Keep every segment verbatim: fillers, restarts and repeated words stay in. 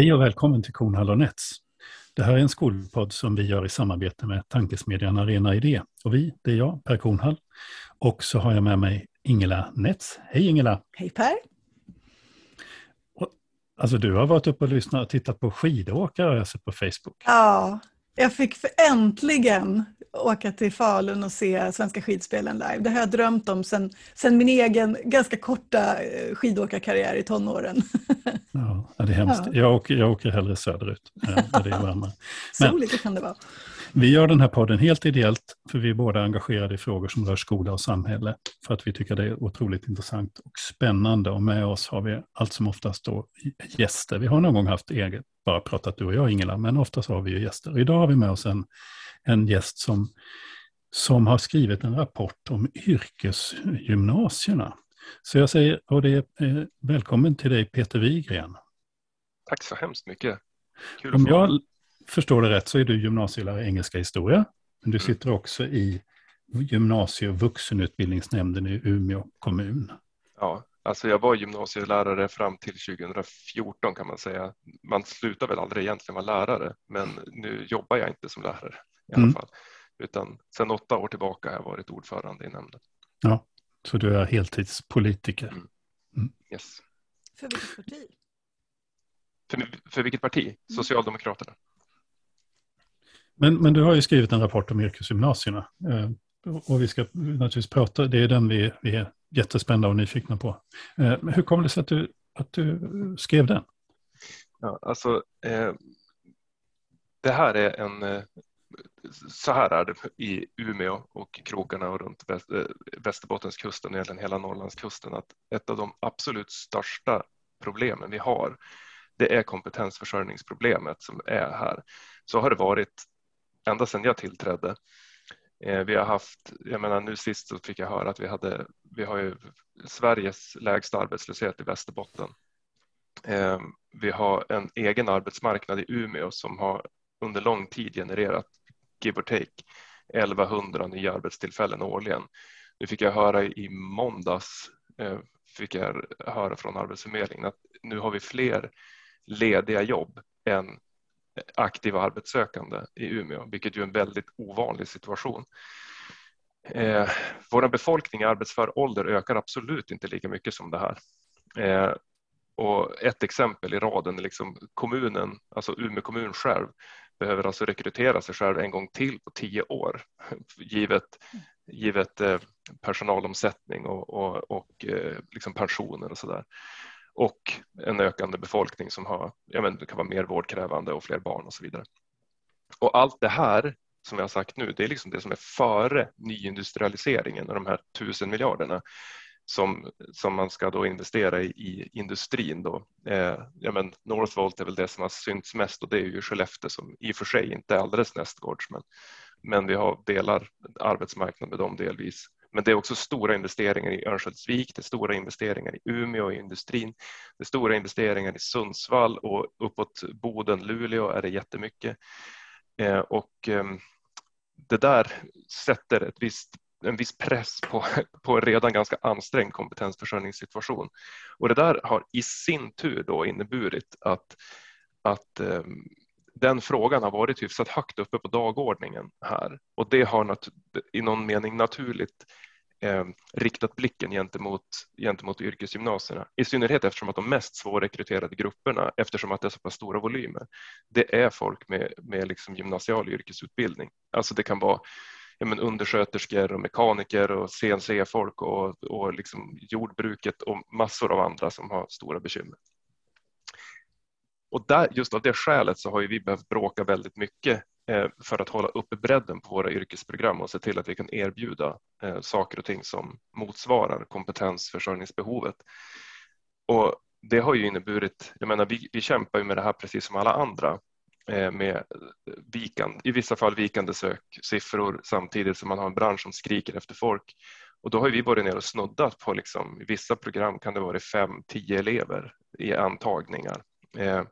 Hej och välkommen till Kornhall och Nets. Det här är en skolpodd som vi gör i samarbete med tankesmedjan Arena Idé. Och vi, det är jag, Per Kornhall. Och så har jag med mig Ingela Nets. Hej Ingela! Hej Per! Och, alltså du har varit uppe och lyssnat och tittat på skidåkare jag sett på Facebook. Ja, jag fick för äntligen åka till Falun och se Svenska skidspelen live. Det har jag drömt om sedan, sedan min egen ganska korta skidåkarkarriär i tonåren. Ja, det är hemskt. Ja. Jag, åker, jag åker hellre söderut där det är varmare. Soligt kan det vara. Vi gör den här podden helt ideellt för vi är båda engagerade i frågor som rör skola och samhälle. För att vi tycker det är otroligt intressant och spännande. Och med oss har vi allt som oftast då gäster. Vi har någon gång haft eget, bara pratat du och jag Ingela, men oftast har vi ju gäster. Och idag har vi med oss en, en gäst som, som har skrivit en rapport om yrkesgymnasierna. Så jag säger, och det är eh, välkommen till dig Peter Wigren. Tack så hemskt mycket. Kul Om att få jag förstår det rätt så är du gymnasielärare i engelska historia. Men du sitter också i gymnasie- och vuxenutbildningsnämnden i Umeå kommun. Ja, alltså jag var gymnasielärare fram till tjugohundrafjorton kan man säga. Man slutar väl aldrig egentligen vara lärare, men nu jobbar jag inte som lärare i alla Mm. fall. Utan sedan åtta år tillbaka har jag varit ordförande i nämnden. Ja, så du är heltidspolitiker. Mm. Mm. Yes. För vilket parti? För, för vilket parti? Socialdemokraterna. Men, men du har ju skrivit en rapport om yrkesgymnasierna. Eh, och vi ska naturligtvis prata, det är den vi, vi är jättespända och nyfikna på. Eh, men hur kommer det sig att du, att du skrev den? Ja, alltså, eh, det här är en... Eh, så här är det i Umeå och krokarna och runt väst, eh, Västerbottenskusten och egentligen hela Norrlandskusten. Att ett av de absolut största problemen vi har, det är kompetensförsörjningsproblemet som är här. Så har det varit ända sedan jag tillträdde. Eh, vi har haft, jag menar nu sist så fick jag höra att vi hade, vi har ju Sveriges lägsta arbetslöshet i Västerbotten. Eh, vi har en egen arbetsmarknad i Umeå som har under lång tid genererat, give or take, elvahundra nya arbetstillfällen årligen. Nu fick jag höra i måndags, eh, fick jag höra från Arbetsförmedlingen att nu har vi fler lediga jobb än aktiva arbetssökande i Umeå, vilket ju är en väldigt ovanlig situation. Eh, vår befolkning i arbetsför ålder ökar absolut inte lika mycket som det här. Eh, och ett exempel i raden är liksom kommunen, alltså Umeå kommun själv, behöver alltså rekrytera sig själv en gång till på tio år, givet, givet eh, personalomsättning och, och, och eh, liksom pensioner och sådär. Och en ökande befolkning som har, ja men det kan vara mer vårdkrävande och fler barn och så vidare. Och allt det här som jag har sagt nu, det är liksom det som är före nyindustrialiseringen och de här tusen miljarderna som, som man ska då investera i, i industrin då. Eh, ja men Northvolt är väl det som har synts mest och det är ju Skellefteå som i och för sig inte är alldeles nästgårds, men, men vi har delar arbetsmarknad med dem delvis. Men det är också stora investeringar i Örnsköldsvik, det är stora investeringar i Umeå i industrin, det är stora investeringar i Sundsvall och uppåt Boden, Luleå är det jättemycket. Eh, och eh, det där sätter ett visst, en viss press på, på en redan ganska ansträngd kompetensförsörjningssituation. Och det där har i sin tur då inneburit att, att eh, den frågan har varit hyfsat högt uppe på dagordningen här. Och det har nat- i någon mening naturligt eh, riktat blicken gentemot, gentemot yrkesgymnasierna. I synnerhet eftersom att de mest svårrekryterade grupperna, eftersom att det är så pass stora volymer, det är folk med, med liksom gymnasial yrkesutbildning. Alltså det kan vara ja, men undersköterskor och mekaniker och C N C-folk och, och liksom jordbruket och massor av andra som har stora bekymmer. Och där, just av det skälet så har ju vi behövt bråka väldigt mycket eh, för att hålla uppe bredden på våra yrkesprogram och se till att vi kan erbjuda eh, saker och ting som motsvarar kompetensförsörjningsbehovet. Och det har ju inneburit, jag menar vi, vi kämpar ju med det här precis som alla andra eh, med vikande, i vissa fall vikande söksiffror samtidigt som man har en bransch som skriker efter folk. Och då har vi varit ner och snuddat på liksom, i vissa program kan det vara fem, tio elever i antagningar. Eh,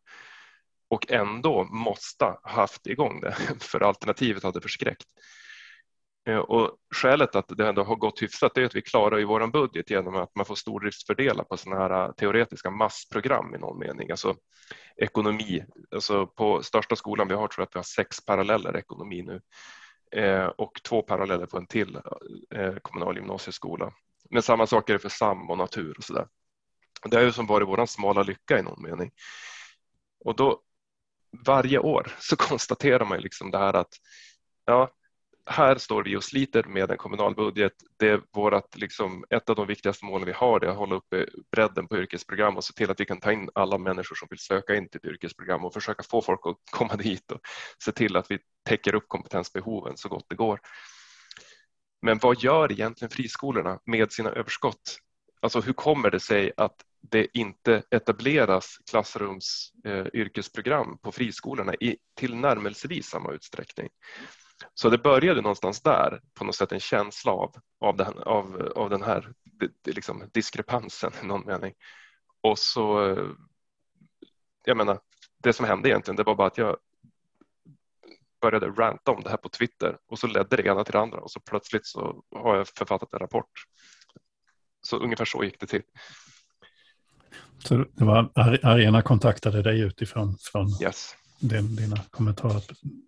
och ändå måste ha haft igång det för alternativet hade förskräckt. Och skälet att det ändå har gått hyfsat är att vi klarar i vår budget genom att man får stordriftsfördelar på sådana här teoretiska massprogram i någon mening. Alltså ekonomi, alltså på största skolan vi har tror jag att vi har sex paralleller ekonomi nu och två paralleller på en till kommunal gymnasieskola. Men samma sak är det för sam och natur och sådär. Det är ju som varit våran smala lycka i någon mening. Och då varje år så konstaterar man ju liksom det här att ja, här står vi och sliter med en kommunal budget. Det är vårat, liksom, ett av de viktigaste målen vi har, det är att hålla uppe bredden på yrkesprogram och se till att vi kan ta in alla människor som vill söka in till ett yrkesprogram och försöka få folk att komma dit och se till att vi täcker upp kompetensbehoven så gott det går. Men vad gör egentligen friskolorna med sina överskott? Alltså hur kommer det sig att det inte etableras klassrums eh, yrkesprogram på friskolorna i tillnärmelsevis samma utsträckning? Så det började någonstans där, på något sätt en känsla av, av, den, av, av den här det, liksom, diskrepansen i någon mening. Och så, jag menar, det som hände egentligen, det var bara att jag började ranta om det här på Twitter och så ledde det ena till det andra och så plötsligt så har jag författat en rapport. Så ungefär så gick det till. Så det var Arena kontaktade dig utifrån från yes. din, dina kommentarer?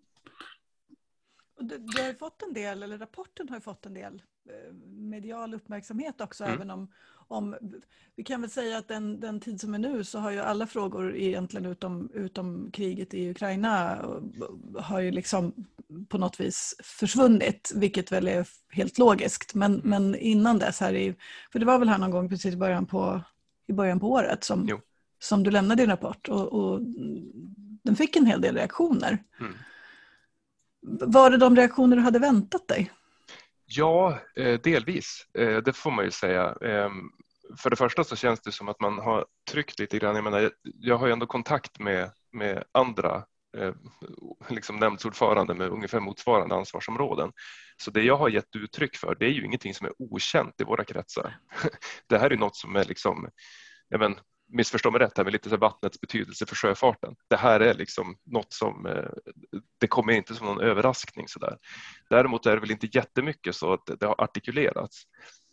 Du, du har ju fått en del, eller rapporten har ju fått en del medial uppmärksamhet också, mm. även om, om, vi kan väl säga att den, den tid som är nu så har ju alla frågor egentligen utom, utom kriget i Ukraina har ju liksom på något vis försvunnit, vilket väl är helt logiskt. Men, mm. men innan dess här, i, för det var väl här någon gång precis i början på, i början på året som, som du lämnade din rapport och, och den fick en hel del reaktioner. Mm. Var det de reaktioner du hade väntat dig? Ja, delvis. Det får man ju säga. För det första så känns det som att man har tryckt lite grann. Jag menar, jag har ju ändå kontakt med, med andra liksom nämndsordförande med ungefär motsvarande ansvarsområden. Så det jag har gett uttryck för, det är ju ingenting som är okänt i våra kretsar. Det här är något som är liksom, jag men, missförstå mig rätt här med lite så vattnets betydelse för sjöfarten. Det här är liksom något som, det kommer inte som någon överraskning så där. Däremot är det väl inte jättemycket så att det har artikulerats.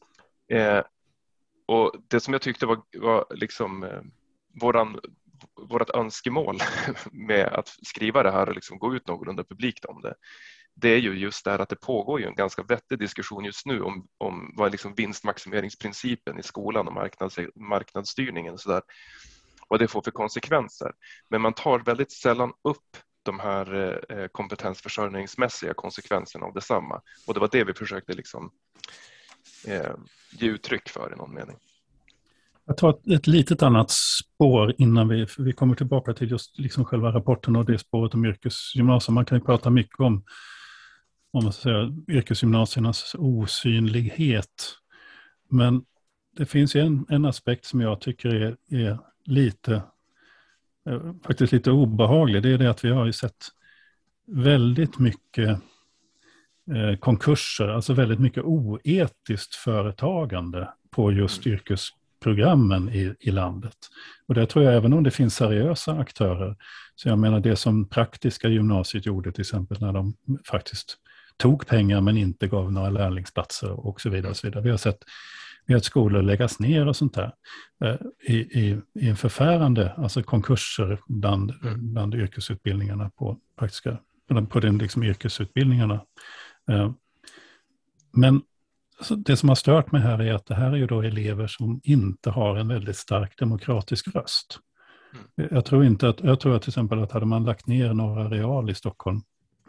Eh, och det som jag tyckte var, var liksom eh, våran, vårat önskemål med att skriva det här och liksom gå ut någorlunda publikt om det, det är ju just det här att det pågår ju en ganska vettig diskussion just nu om, om vad liksom vinstmaximeringsprincipen i skolan och marknads, marknadsstyrningen och så där, vad det får för konsekvenser. Men man tar väldigt sällan upp de här eh, kompetensförsörjningsmässiga konsekvenserna av detsamma. Och det var det vi försökte liksom, eh, ge uttryck för i någon mening. Jag tar ett, ett litet annat spår innan vi, för vi kommer tillbaka till just liksom själva rapporten och det spåret om yrkesgymnasium. Man kan ju prata mycket om, om man ska säga, yrkesgymnasiernas osynlighet. Men det finns ju en, en aspekt som jag tycker är, är lite, eh, faktiskt lite obehaglig. Det är det att vi har ju sett väldigt mycket eh, konkurser, alltså väldigt mycket oetiskt företagande på just mm. yrkesprogrammen i, i landet. Och det tror jag även om det finns seriösa aktörer. Så jag menar det som Praktiska gymnasiet gjorde till exempel när de faktiskt tog pengar men inte gav några lärlingsplatser och så vidare. Och så vidare. Vi har sett Vi har skolor läggas ner och sånt där i, i, i en förfärande, alltså konkurser bland, bland yrkesutbildningarna på praktiska, på den liksom yrkesutbildningarna. Men alltså det som har stört mig här är att det här är ju då elever som inte har en väldigt stark demokratisk röst. Jag tror inte att, jag tror att till exempel att hade man lagt ner Norra Real i Stockholm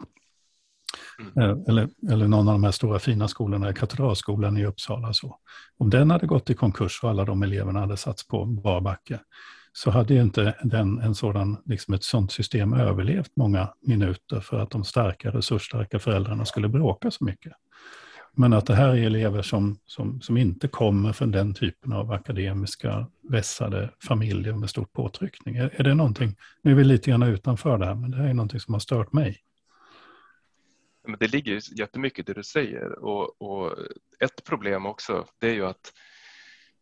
Mm. Eller, eller någon av de här stora fina skolorna, Katedralskolan i Uppsala. Så. Om den hade gått i konkurs och alla de eleverna hade satts på barbacke så hade ju inte den, en sådan, liksom ett sådant system överlevt många minuter för att de starka, resursstarka föräldrarna skulle bråka så mycket. Men att det här är elever som, som, som inte kommer från den typen av akademiska, vässade familjer med stor påtryckning. Är, är det någonting, nu är vi lite grann utanför det här, men det här är någonting som har stört mig. Men det ligger ju jättemycket i det du säger och, och ett problem också det är ju att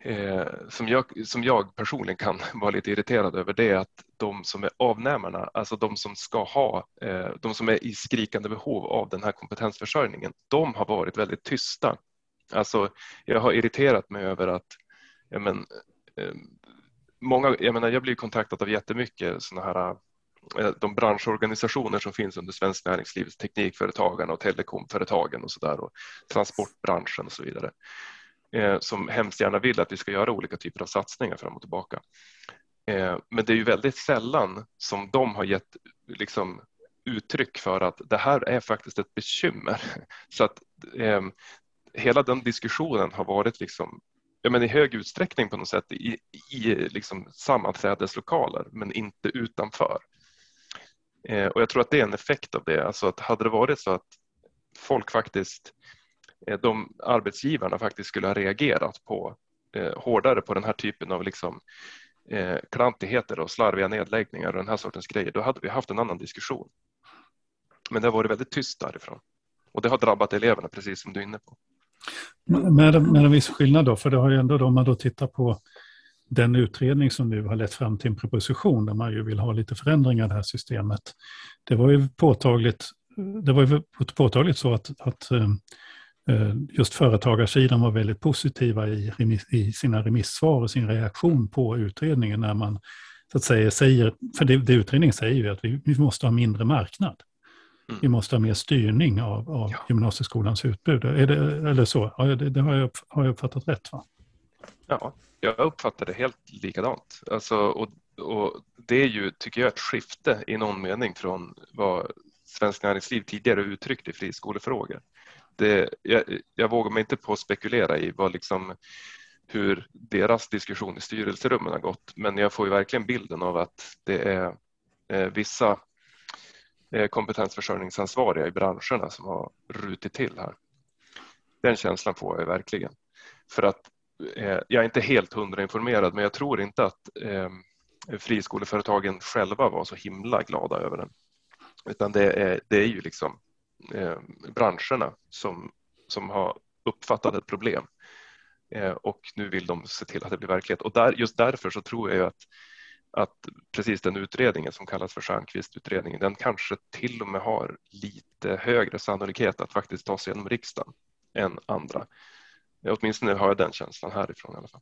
eh, som, jag, som jag personligen kan vara lite irriterad över, det är att de som är avnämarna, alltså de som ska ha, eh, de som är i skrikande behov av den här kompetensförsörjningen, de har varit väldigt tysta. Alltså, jag har irriterat mig över att ja, men, eh, många, jag menar, jag blir kontaktad av jättemycket sådana här de branschorganisationer som finns under Svensk Näringslivs, Teknikföretagarna och Telekomföretagen och så där, och transportbranschen och så vidare, eh, som hemskt gärna vill att vi ska göra olika typer av satsningar fram och tillbaka. Eh, men det är ju väldigt sällan som de har gett liksom uttryck för att det här är faktiskt ett bekymmer. Så att eh, hela den diskussionen har varit liksom, ja, men i hög utsträckning på något sätt i, i liksom sammanträdeslokaler, men inte utanför. Eh, och jag tror att det är en effekt av det. Alltså att hade det varit så att folk faktiskt, eh, de arbetsgivarna faktiskt skulle ha reagerat på eh, hårdare på den här typen av liksom, eh, klantigheter och slarviga nedläggningar och den här sortens grejer, då hade vi haft en annan diskussion. Men det har varit väldigt tyst därifrån. Och det har drabbat eleverna, precis som du är inne på. Med, med en viss skillnad då, för det har ju ändå, om man då tittar på den utredning som nu har lett fram till en proposition där man ju vill ha lite förändringar i det här systemet. Det var ju påtagligt, det var ju påtagligt så att, att just företagarsidan var väldigt positiva i, remiss, i sina remissvar och sin reaktion på utredningen när man så att säga säger, för det, det utredningen säger ju att vi, vi måste ha mindre marknad. Vi måste ha mer styrning av, av ja. gymnasieskolans utbud. Är det, eller så? Ja, det, det har, jag upp, har jag uppfattat rätt, va? Ja, jag uppfattar det helt likadant. Alltså, och, och det är ju, tycker jag, ett skifte i någon mening från vad Svensk Näringsliv tidigare uttryckte i friskolefrågor. Det, jag, jag vågar mig inte på att spekulera i vad liksom, hur deras diskussion i styrelserummen har gått, men jag får ju verkligen bilden av att det är eh, vissa kompetensförsörjningsansvariga i branscherna som har rutit till här. Den känslan får jag verkligen. För att eh, jag är inte helt hundra informerad, men jag tror inte att eh, friskoleföretagen själva var så himla glada över den. Utan det är, det är ju liksom eh, branscherna som, som har uppfattat ett problem. Eh, och nu vill de se till att det blir verklighet. Och där, just därför så tror jag ju att att precis den utredningen som kallas för Stjernquist-utredningen, den kanske till och med har lite högre sannolikhet att faktiskt ta sig genom riksdagen än andra. Åtminstone har jag den känslan härifrån i alla fall.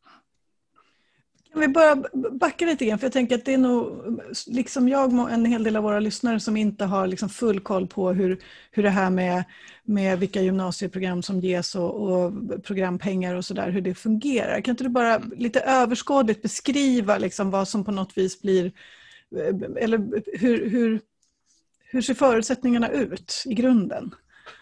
Kan vi bara backa lite grann, för jag tänker att det är nog, liksom jag, en hel del av våra lyssnare som inte har liksom full koll på hur, hur det här med, med vilka gymnasieprogram som ges och, och programpengar och sådär, hur det fungerar. Kan inte du bara lite överskådligt beskriva liksom vad som på något vis blir, eller hur, hur, hur ser förutsättningarna ut i grunden?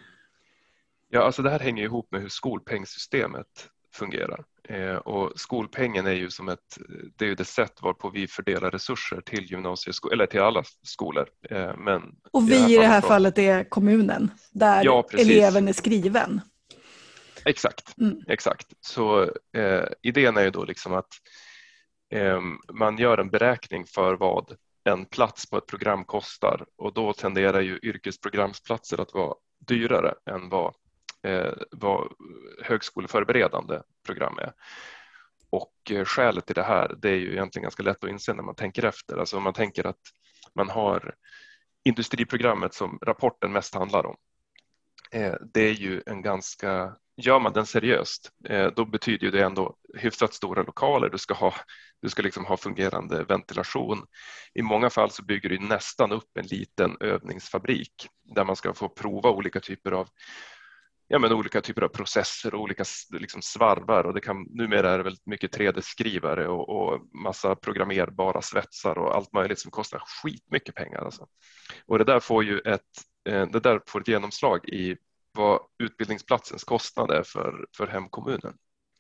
Ja, alltså det här hänger ihop med hur skolpengssystemet fungerar. Eh, och skolpengen är ju som ett, det är ju det sätt varpå vi fördelar resurser till gymnasieskolor, eller till alla skolor. Eh, men och vi i det här, i det här fallet är kommunen, där ja, eleven är skriven. Exakt, mm. exakt. Så eh, idén är ju då liksom att eh, man gör en beräkning för vad en plats på ett program kostar, och då tenderar ju yrkesprogramsplatser att vara dyrare än vad Eh, vad högskoleförberedande program är. Och eh, skälet till det här, det är ju egentligen ganska lätt att inse när man tänker efter. Alltså om man tänker att man har industriprogrammet som rapporten mest handlar om. Eh, det är ju en ganska, gör man den seriöst, eh, då betyder ju det ändå hyfsat stora lokaler. Du ska ha, du ska liksom ha fungerande ventilation. I många fall så bygger du nästan upp en liten övningsfabrik där man ska få prova olika typer av Ja, men olika typer av processer och olika liksom svarvar, och det kan, numera är det väldigt mycket tre D-skrivare och, och massa programmerbara svetsar och allt möjligt som kostar skitmycket pengar. Alltså. Och det där får ju ett, det där får ett genomslag i vad utbildningsplatsens kostnad är för, för hemkommunen.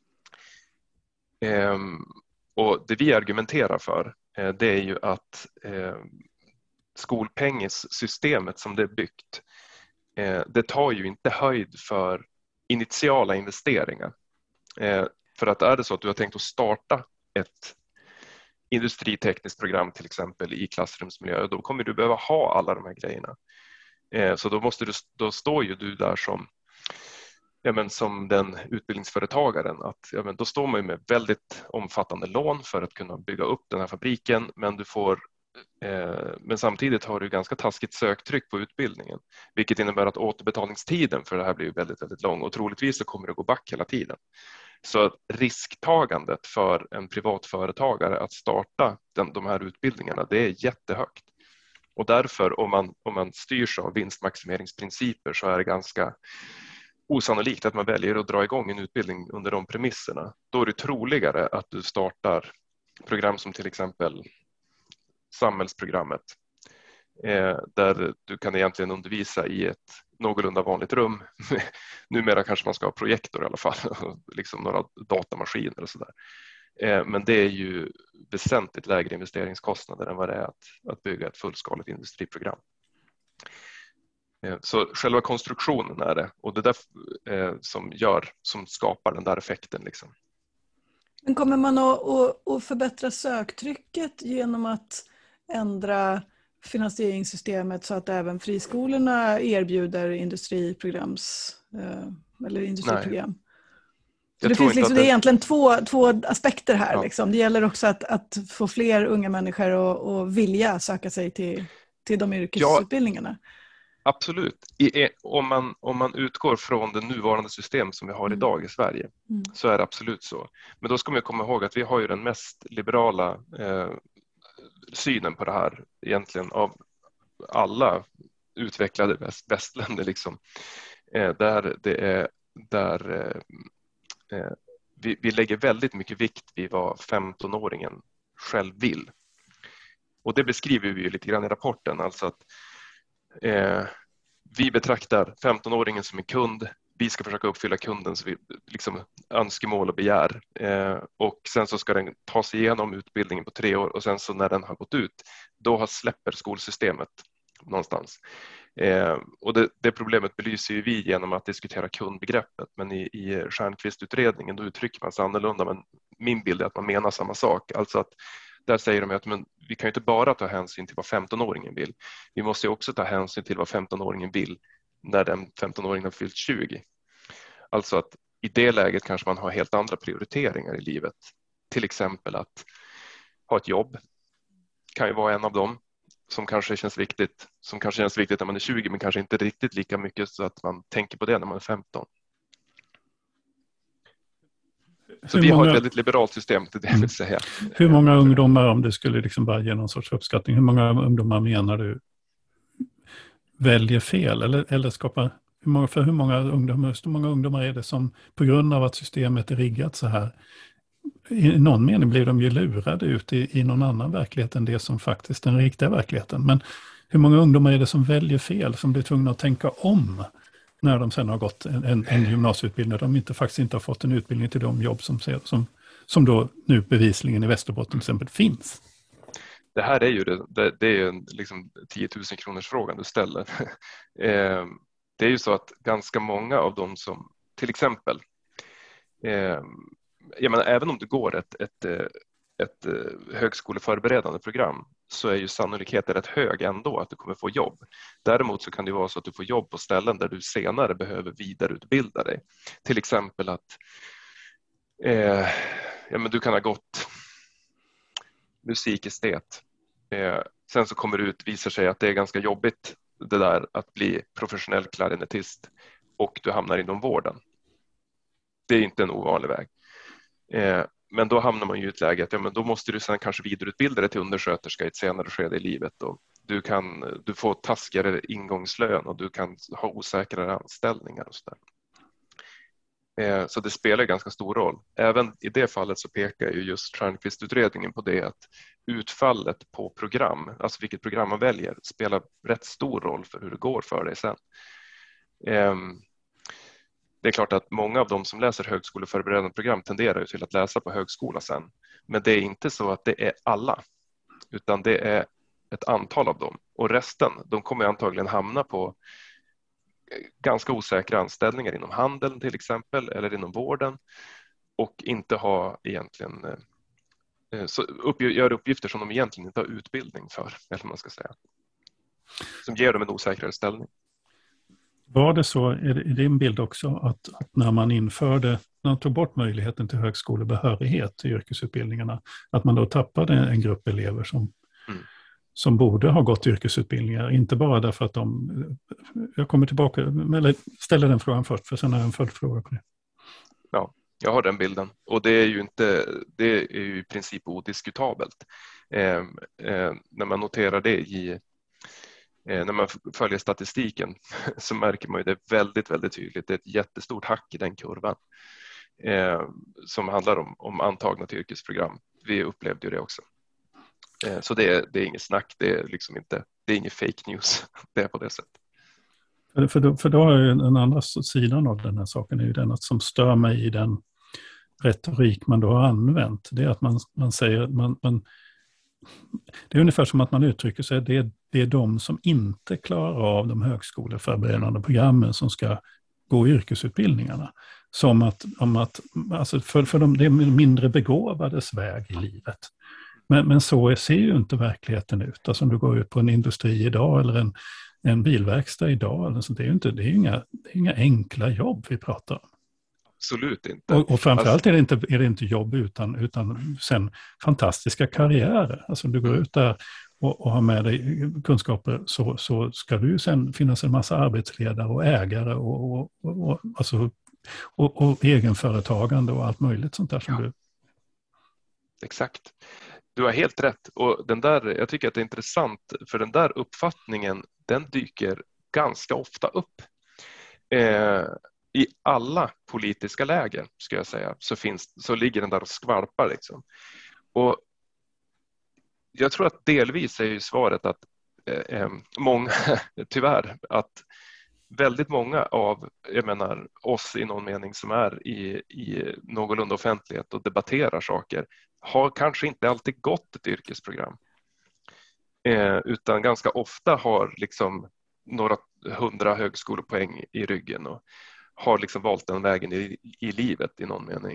Ehm, och det vi argumenterar för, det är ju att eh, skolpengessystemet som det är byggt, det tar ju inte höjd för initiala investeringar. För att är det så att du har tänkt att starta ett industritekniskt program till exempel i klassrumsmiljö, då kommer du behöva ha alla de här grejerna. Så då, måste du, då står ju du där som ja, men som den utbildningsföretagaren att ja, men då står man ju med väldigt omfattande lån för att kunna bygga upp den här fabriken, men du får eh, men samtidigt har du ganska taskigt söktryck på utbildningen, vilket innebär att återbetalningstiden för det här blir väldigt, väldigt lång och troligtvis så kommer det gå back hela tiden. Så risktagandet för en privat företagare att starta den, de här utbildningarna, det är jättehögt. Och därför om man, om man styrs av vinstmaximeringsprinciper så är det ganska osannolikt att man väljer att dra igång en utbildning under de premisserna. Då är det troligare att du startar program som till exempel samhällsprogrammet, eh, där du kan egentligen undervisa i ett någorlunda vanligt rum. Numera kanske man ska ha projektor i alla fall, liksom några datamaskiner och sådär. Eh, men det är ju väsentligt lägre investeringskostnader än vad det är att, att bygga ett fullskaligt industriprogram. Så själva konstruktionen är det och det där eh, som gör, som skapar den där effekten. Liksom. Men kommer man att, att, att förbättra söktrycket genom att ändra finansieringssystemet så att även friskolorna erbjuder industriprograms eh, eller industriprogram? Så det finns liksom, det... det är egentligen två, två aspekter här. Ja. Liksom. Det gäller också att, att få fler unga människor att, att vilja söka sig till, till de yrkesutbildningarna. Ja. Absolut. I, om, man, om man utgår från det nuvarande system som vi har idag i Sverige mm. så är det absolut så. Men då ska man komma ihåg att vi har ju den mest liberala eh, synen på det här egentligen av alla utvecklade väst, västländer. Liksom. Eh, där det är, där eh, eh, vi, vi lägger väldigt mycket vikt vid vad femtonåringen själv vill. Och det beskriver vi ju lite grann i rapporten. Alltså att Eh, vi betraktar femtonåringen som en kund. Vi ska försöka uppfylla kundens liksom, önskemål och begär. Eh, och sen så ska den ta sig igenom utbildningen på tre år och sen så när den har gått ut, då har släpper skolsystemet någonstans. Eh, och det, det problemet belyser ju vi genom att diskutera kundbegreppet. Men i, i Stjernquist-utredningen då uttrycker man sig annorlunda, men min bild är att man menar samma sak. Alltså att där säger de att men, vi kan ju inte bara ta hänsyn till vad femtonåringen vill. Vi måste också ta hänsyn till vad femtonåringen vill när den femtonåringen har fyllt tjugo. Alltså att i det läget kanske man har helt andra prioriteringar i livet. Till exempel att ha ett jobb kan ju vara en av dem som kanske känns viktigt. Som kanske känns viktigt när man är tjugo men kanske inte riktigt lika mycket så att man tänker på det när man är femton. Så hur vi många, har ett väldigt liberalt system till det jag vill säga. Hur många ungdomar, om du skulle liksom bara ge någon sorts uppskattning, hur många ungdomar menar du väljer fel? Eller, eller skapar, hur många, för hur många ungdomar, hur många ungdomar är det som på grund av att systemet är riggat så här, i någon mening blir de ju lurade ut i, i någon annan verklighet än det som faktiskt är den riktiga verkligheten. Men hur många ungdomar är det som väljer fel, som blir tvungna att tänka om när de sen har gått en, en, en gymnasieutbildning, de inte, faktiskt inte har fått en utbildning till de jobb som, som, som då nu bevisligen i Västerbotten till exempel finns. Det här är ju det, det, det är en liksom tio tusen kronors frågan du ställer. eh, det är ju så att ganska många av dem som till exempel, eh, jag menar, även om du går ett, ett, ett, ett högskoleförberedande program så är ju sannolikheten rätt hög ändå att du kommer få jobb. Däremot så kan det vara så att du får jobb på ställen där du senare behöver vidareutbilda dig. Till exempel att eh, ja, men du kan ha gått musikestet. Eh, sen så kommer det ut, visar sig att det är ganska jobbigt det där att bli professionell klarinettist och du hamnar inom vården. Det är inte en ovanlig väg. Eh, Men då hamnar man ju i ett läge att ja, men då måste du sen kanske vidareutbilda dig till undersköterska i ett senare skede i livet. Och du, kan, du får taskigare ingångslön och du kan ha osäkrare anställningar och så där. Eh, så det spelar ganska stor roll. Även i det fallet så pekar ju just Stjernquist-utredningen på det att utfallet på program, alltså vilket program man väljer, spelar rätt stor roll för hur det går för dig sen. Eh, Det är klart att många av de som läser högskoleförberedande program tenderar ju till att läsa på högskola sen. Men det är inte så att det är alla, utan det är ett antal av dem. Och resten, de kommer antagligen hamna på ganska osäkra anställningar inom handeln till exempel, eller inom vården. Och inte ha egentligen, så upp, gör uppgifter som de egentligen inte har utbildning för, eller man ska säga. Som ger dem en osäkrare ställning. Var det så, är det, är det en bild också, att, att när man införde, när man tog bort möjligheten till högskolebehörighet till yrkesutbildningarna, att man då tappade en grupp elever som, mm. som borde ha gått yrkesutbildningar, inte bara därför att de, jag kommer tillbaka, eller ställer den frågan först, för sen har jag en följdfråga på det. Ja, jag har den bilden, och det är ju inte, det är ju i princip odiskutabelt. Eh, eh, när man noterar det i Eh, när man följer statistiken så märker man ju det väldigt, väldigt tydligt. Det är ett jättestort hack i den kurvan eh, som handlar om, om antagna till yrkesprogram. Vi upplevde ju det också. Eh, så det är, det är inget snack, det är liksom inte, det är inget fake news. Det är på det sättet. För, för, då, för då är den andra sidan av den här saken är ju den att som stör mig i den retorik man då har använt. Det är att man, man säger, man, man det är ungefär som att man uttrycker sig, det är, det är de som inte klarar av de högskoleförberedande programmen som ska gå yrkesutbildningarna. Som att, om att alltså för, för de, det är mindre begåvades väg i livet. Men, men så ser ju inte verkligheten ut. Alltså om du går ut på en industri idag eller en, en bilverkstad idag, eller så, det är ju inte, det är inga, det är inga enkla jobb vi pratar om. Absolut inte. Och, och framförallt alltså, är, det inte, är det inte jobb utan, utan sen fantastiska karriärer. Alltså du går ut där och, och har med dig kunskaper, så, så ska du ju sen finnas en massa arbetsledare och ägare och, och, och, och, alltså, och, och egenföretagande och allt möjligt sånt där som ja. du... Exakt. Du har helt rätt. Och den där, jag tycker att det är intressant, för den där uppfattningen, den dyker ganska ofta upp. Eh, I alla politiska läger, ska jag säga, så, finns, så ligger den där och skvalpar. Liksom. Och jag tror att delvis är ju svaret att eh, många, tyvärr, att väldigt många av, jag menar, oss i någon mening som är i, i någorlunda offentlighet och debatterar saker, har kanske inte alltid gått ett yrkesprogram. Eh, utan ganska ofta har liksom några hundra högskolepoäng i ryggen och har liksom valt den vägen i, i livet i någon mening.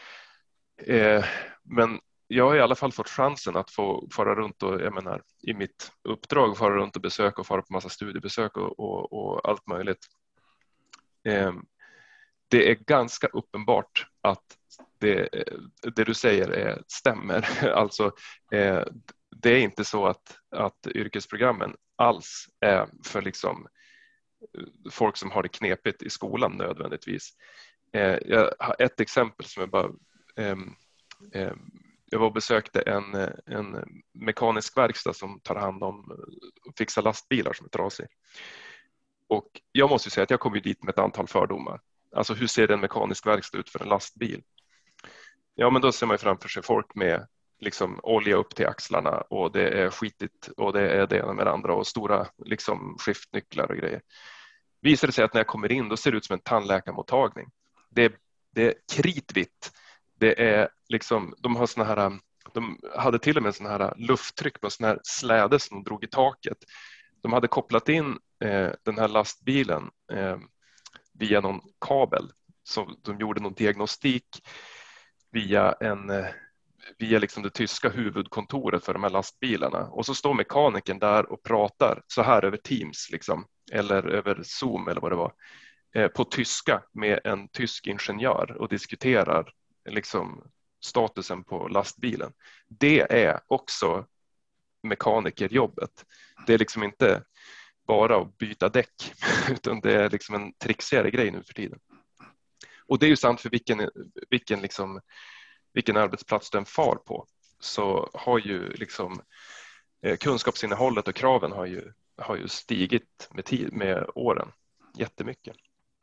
Eh, men jag har i alla fall fått chansen att få fara runt och, jag menar, i mitt uppdrag fara runt och besöka och fara på massa studiebesök och, och, och allt möjligt. Eh, det är ganska uppenbart att det, det du säger är, stämmer. Alltså, eh, det är inte så att, att yrkesprogrammen alls är för liksom folk som har det knepigt i skolan nödvändigtvis. Eh, jag har ett exempel som jag bara... Eh, eh, jag var och besökte en, en mekanisk verkstad som tar hand om och fixar lastbilar som är trasiga. Och jag måste ju säga att jag kom ju dit med ett antal fördomar. Alltså hur ser en mekanisk verkstad ut för en lastbil? Ja, men då ser man ju framför sig folk med liksom olja upp till axlarna och det är skitigt och det är det ena med det andra och stora liksom skiftnycklar och grejer. Visar det sig att när jag kommer in då ser det ut som en tandläkarmottagning. Det är, det är kritvitt. Det är liksom, de har såna här, de hade till och med såna här lufttryck på såna här släde som de drog i taket. De hade kopplat in eh, den här lastbilen eh, via någon kabel. Så de gjorde någon diagnostik via en eh, via liksom det tyska huvudkontoret för de här lastbilarna. Och så står mekanikern där och pratar så här över Teams liksom, eller över Zoom eller vad det var, eh, på tyska med en tysk ingenjör och diskuterar liksom statusen på lastbilen. Det är också mekanikerjobbet. Det är liksom inte bara att byta däck utan det är liksom en trixigare grej nu för tiden. Och det är ju sant för vilken, vilken, liksom, vilken arbetsplats den far på, så har ju liksom eh, kunskapsinnehållet och kraven har ju, har ju stigit med, tid, med åren jättemycket.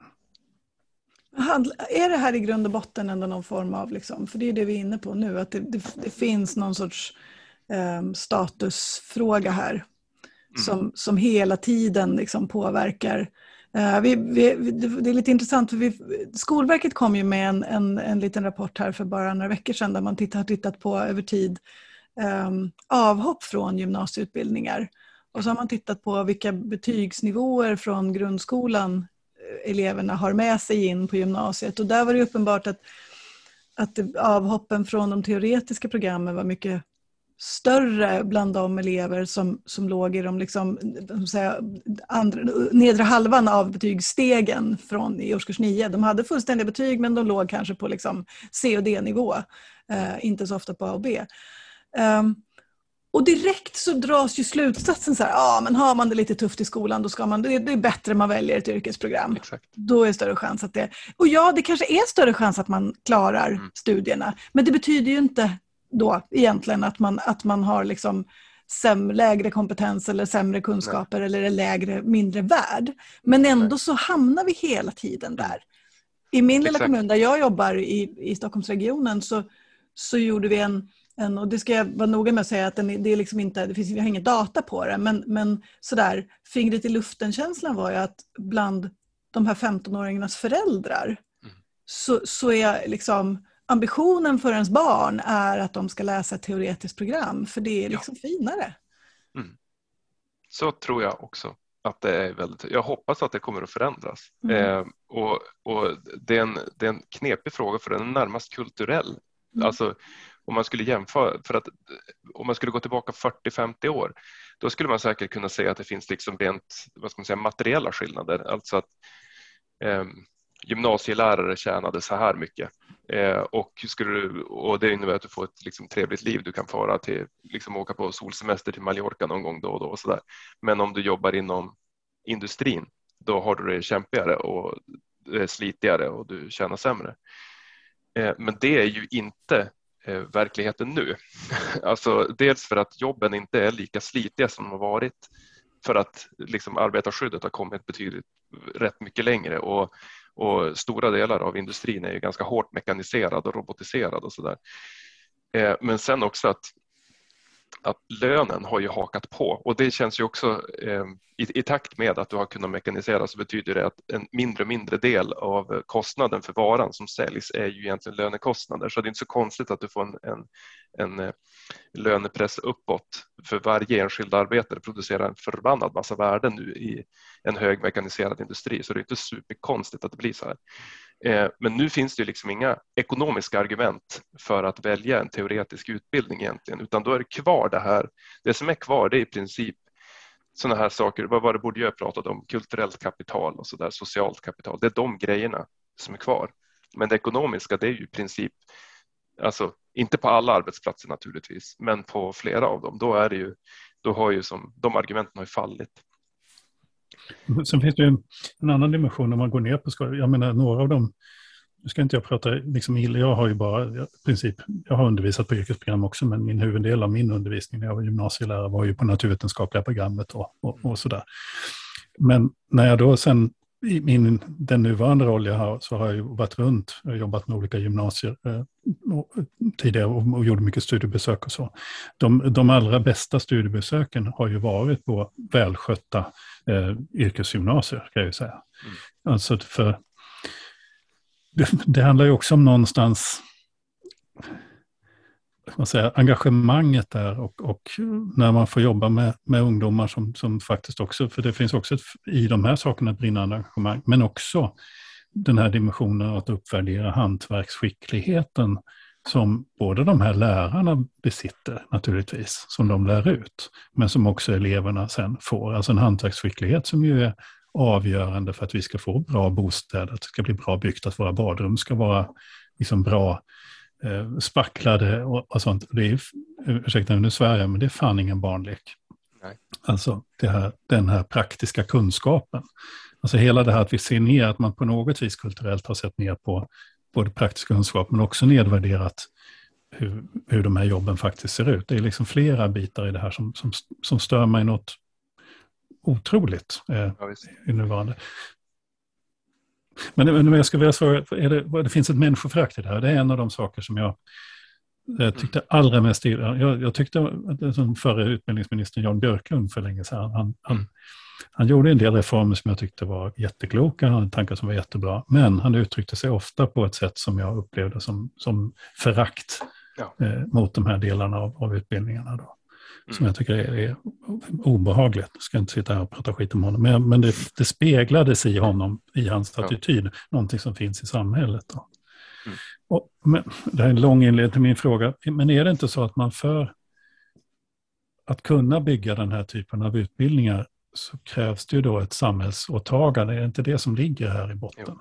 Är det här i grund och botten ändå någon form av, liksom, för det är det vi är inne på nu, att det, det, det finns någon sorts eh, statusfråga här mm. som, som hela tiden liksom påverkar. Uh, vi, vi, det är lite intressant för vi, Skolverket kom ju med en, en, en liten rapport här för bara några veckor sedan där man tittar, har tittat på över tid um, avhopp från gymnasieutbildningar. Och så har man tittat på vilka betygsnivåer från grundskolan eleverna har med sig in på gymnasiet. Och där var det uppenbart att, att avhoppen från de teoretiska programmen var mycket större bland de elever som, som låg i de liksom, de säga, andra, nedre halvan av betygsstegen från i årskurs nio. De hade fullständiga betyg, men de låg kanske på liksom C och D-nivå, eh, inte så ofta på A och B. Um, och direkt så dras ju slutsatsen så här, ja, men har man det lite tufft i skolan, då ska man, det, det är bättre man väljer ett yrkesprogram. Exakt. Då är det större chans att det, och ja, det kanske är större chans att man klarar mm. studierna, men det betyder ju inte då egentligen att man, att man har liksom säm, lägre kompetens eller sämre kunskaper. Nej. Eller är lägre, mindre värd. Men ändå Nej. Så hamnar vi hela tiden där. I min Exakt. Lilla kommun där jag jobbar i, i Stockholmsregionen så, så gjorde vi en, en, och det ska jag vara noga med att säga att den, det är liksom inte, det finns, jag har inget data på det, men, men sådär, fingret i luften-känslan var ju att bland de här femtonåringarnas föräldrar mm. så, så är liksom ambitionen för ens barn är att de ska läsa ett teoretiskt program, för det är liksom ja. Finare. Mm. Så tror jag också att det är väldigt, jag hoppas att det kommer att förändras. Mm. Eh, och och det, är en, det är en knepig fråga, för den är närmast kulturell. Mm. Alltså om man skulle jämföra, för att om man skulle gå tillbaka fyrtio till femtio år, då skulle man säkert kunna säga att det finns liksom rent, vad ska man säga, materiella skillnader. Alltså att eh, gymnasielärare tjänade så här mycket. Eh, och, skulle du, och det innebär att du får ett liksom, trevligt liv. Du kan fara till, liksom, åka på solsemester till Mallorca någon gång då och då. Och så där. Men om du jobbar inom industrin, då har du det kämpigare och eh, slitigare och du tjänar sämre. Eh, men det är ju inte eh, verkligheten nu. Alltså, dels för att jobben inte är lika slitiga som de har varit. För att liksom, arbetarskyddet har kommit betydligt rätt mycket längre. Och Och stora delar av industrin är ju ganska hårt mekaniserad och robotiserad och sådär. Eh, men sen också att, att lönen har ju hakat på. Och det känns ju också eh, i, i takt med att du har kunnat mekanisera, så betyder det att en mindre och mindre del av kostnaden för varan som säljs är ju egentligen lönekostnader. Så det är inte så konstigt att du får en, en, en lönepress uppåt, för varje enskild arbetare producerar en förbannad massa värden nu i en högmekaniserad industri, så det är inte superkonstigt att det blir så här. Eh, men nu finns det ju liksom inga ekonomiska argument för att välja en teoretisk utbildning egentligen, utan då är det kvar det här, det som är kvar det är i princip sådana här saker, vad var det Bourdieu pratade om, kulturellt kapital och så där, socialt kapital, det är de grejerna som är kvar. Men det ekonomiska, det är ju i princip, alltså inte på alla arbetsplatser naturligtvis, men på flera av dem, då är det ju, då har ju som, de argumenten har ju fallit. Sen finns det ju en annan dimension när man går ner på skolan. Jag menar, några av dem, nu ska inte jag prata liksom illa, jag har ju bara, i princip, jag har undervisat på yrkesprogram också, men min huvuddel av min undervisning när jag var gymnasielärare var ju på naturvetenskapliga programmet och, och, och sådär. Men när jag då sen, i min, den nuvarande roll jag har, så har jag ju varit runt och jobbat med olika gymnasier eh, och, tidigare och, och gjorde mycket studiebesök och så. De, de allra bästa studiebesöken har ju varit på välskötta eh, yrkesgymnasier, kan jag ju säga. Mm. Alltså för det, det handlar ju också om någonstans, man säger, engagemanget där och, och när man får jobba med, med ungdomar som, som faktiskt också, för det finns också ett, i de här sakerna ett brinnande engagemang, men också den här dimensionen att uppvärdera hantverksskickligheten som både de här lärarna besitter naturligtvis, som de lär ut, men som också eleverna sen får. Alltså en hantverksskicklighet som ju är avgörande för att vi ska få bra bostäder, att det ska bli bra byggt, att våra badrum ska vara liksom bra eh, spacklade och, och sånt. Det är, ursäkta nu svär jag, men det är fan ingen barnlek. Nej. Alltså det här, den här praktiska kunskapen. Alltså hela det här att vi ser ner, att man på något vis kulturellt har sett ner på både praktisk kunskap men också nedvärderat hur, hur de här jobben faktiskt ser ut. Det är liksom flera bitar i det här som, som, som stör mig något otroligt eh, ja, i nuvarande. Men, men jag skulle vilja svara, är det, det finns ett människoförakt i det här. Det är en av de saker som jag, jag tyckte allra mest i. Jag, jag tyckte att den förre utbildningsministern Jan Björklund för länge sedan, han, han, han gjorde en del reformer som jag tyckte var jättekloka, han hade tankar som var jättebra, men han uttryckte sig ofta på ett sätt som jag upplevde som, som förakt ja. eh, mot de här delarna av, av utbildningarna då. Som jag tycker är, är obehagligt. Jag ska inte sitta här och prata skit om honom. Men, men det, det speglades i honom, i hans attityd, ja. Någonting som finns i samhället. Då. Mm. Och, men, det här är en lång inledning till min fråga. Men är det inte så att man för att kunna bygga den här typen av utbildningar så krävs det ju då ett samhällsåtagande. Är det inte det som ligger här i botten? Jo,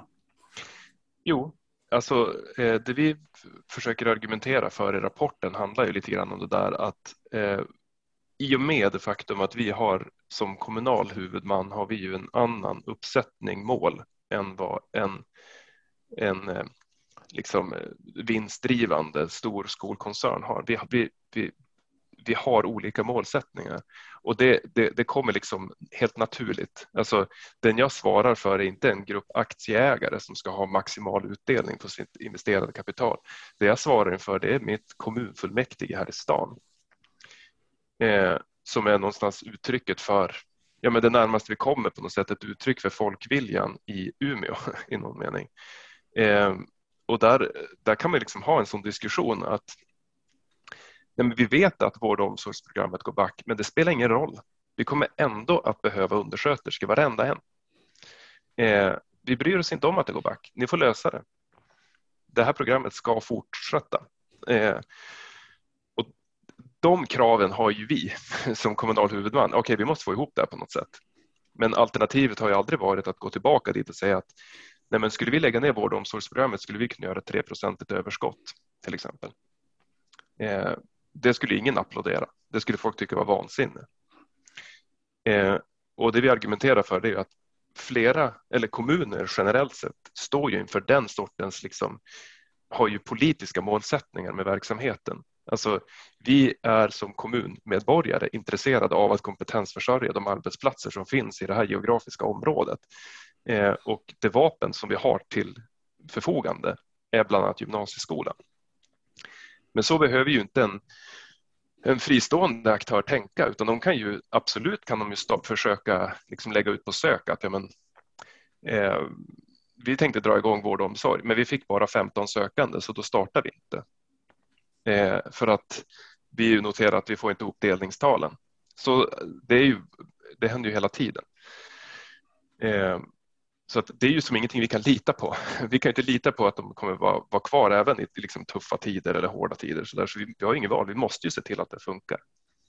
jo alltså eh, det vi försöker argumentera för i rapporten handlar ju lite grann om det där att eh, i och med det faktum att vi har som kommunal huvudman har vi ju en annan uppsättning mål än vad en, en eh, liksom vinstdrivande stor skolkoncern har. Vi, vi, vi, vi har olika målsättningar och det, det, det kommer liksom helt naturligt. Alltså, den jag svarar för är inte en grupp aktieägare som ska ha maximal utdelning på sitt investerade kapital. Det jag svarar för det är mitt kommunfullmäktige här i stan. Eh, som är någonstans uttrycket för, ja men det närmaste vi kommer på något sätt ett uttryck för folkviljan i Umeå i någon mening. Eh, och där, där kan man liksom ha en sån diskussion att nej, men vi vet att vård- och omsorgsprogrammet går back, men det spelar ingen roll. Vi kommer ändå att behöva undersköterskor, varenda en. Eh, vi bryr oss inte om att det går back. Ni får lösa det. Det här programmet ska fortsätta. Eh, och de kraven har ju vi som kommunal huvudman. Okej, okay, vi måste få ihop det här på något sätt. Men alternativet har ju aldrig varit att gå tillbaka dit och säga att nej, men skulle vi lägga ner vård- och omsorgsprogrammet skulle vi kunna göra tre procent ett överskott till exempel. Eh, det skulle ingen applådera. Det skulle folk tycka var vansinne. Eh, och det vi argumenterar för det är att flera, eller kommuner generellt sett, står ju inför den sortens, liksom, har ju politiska målsättningar med verksamheten. Alltså, vi är som kommunmedborgare intresserade av att kompetensförsörja de arbetsplatser som finns i det här geografiska området. Eh, och det vapen som vi har till förfogande är bland annat gymnasieskolan. Men så behöver ju inte en, en fristående aktör tänka, utan de kan ju absolut kan de ju stopp, försöka liksom lägga ut på sök att ja, men, eh, vi tänkte dra igång vård och omsorg, men vi fick bara femton sökande så då startar vi inte. Eh, för att vi noterar att vi får inte upp delningstalen. Så det, är ju, det händer ju hela tiden. Eh, Så att det är ju som ingenting vi kan lita på. Vi kan inte lita på att de kommer vara, vara kvar även i liksom tuffa tider eller hårda tider. Så, där. Så vi, vi har ingen val. Vi måste ju se till att det funkar.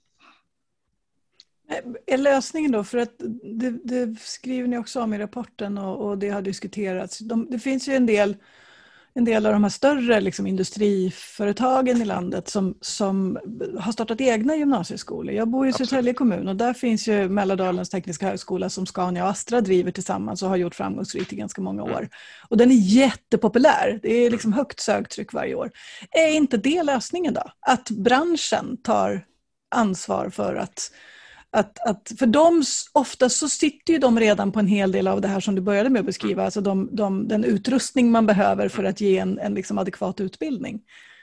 Är lösningen då, för att det, det skriver ni också om i rapporten och, och det har diskuterats. De, det finns ju en del, en del av de här större liksom, industriföretagen i landet som, som har startat egna gymnasieskolor. Jag bor i Södertälje kommun och där finns ju Mälardalens tekniska högskola som Scania och Astra driver tillsammans och har gjort framgångsrikt i ganska många år. Och den är jättepopulär. Det är liksom högt söktryck varje år. Är inte det lösningen då? Att branschen tar ansvar för att Att, att för dem, ofta så sitter ju de redan på en hel del av det här som du började med att beskriva, alltså de, de, den utrustning man behöver för att ge en, en liksom adekvat utbildning.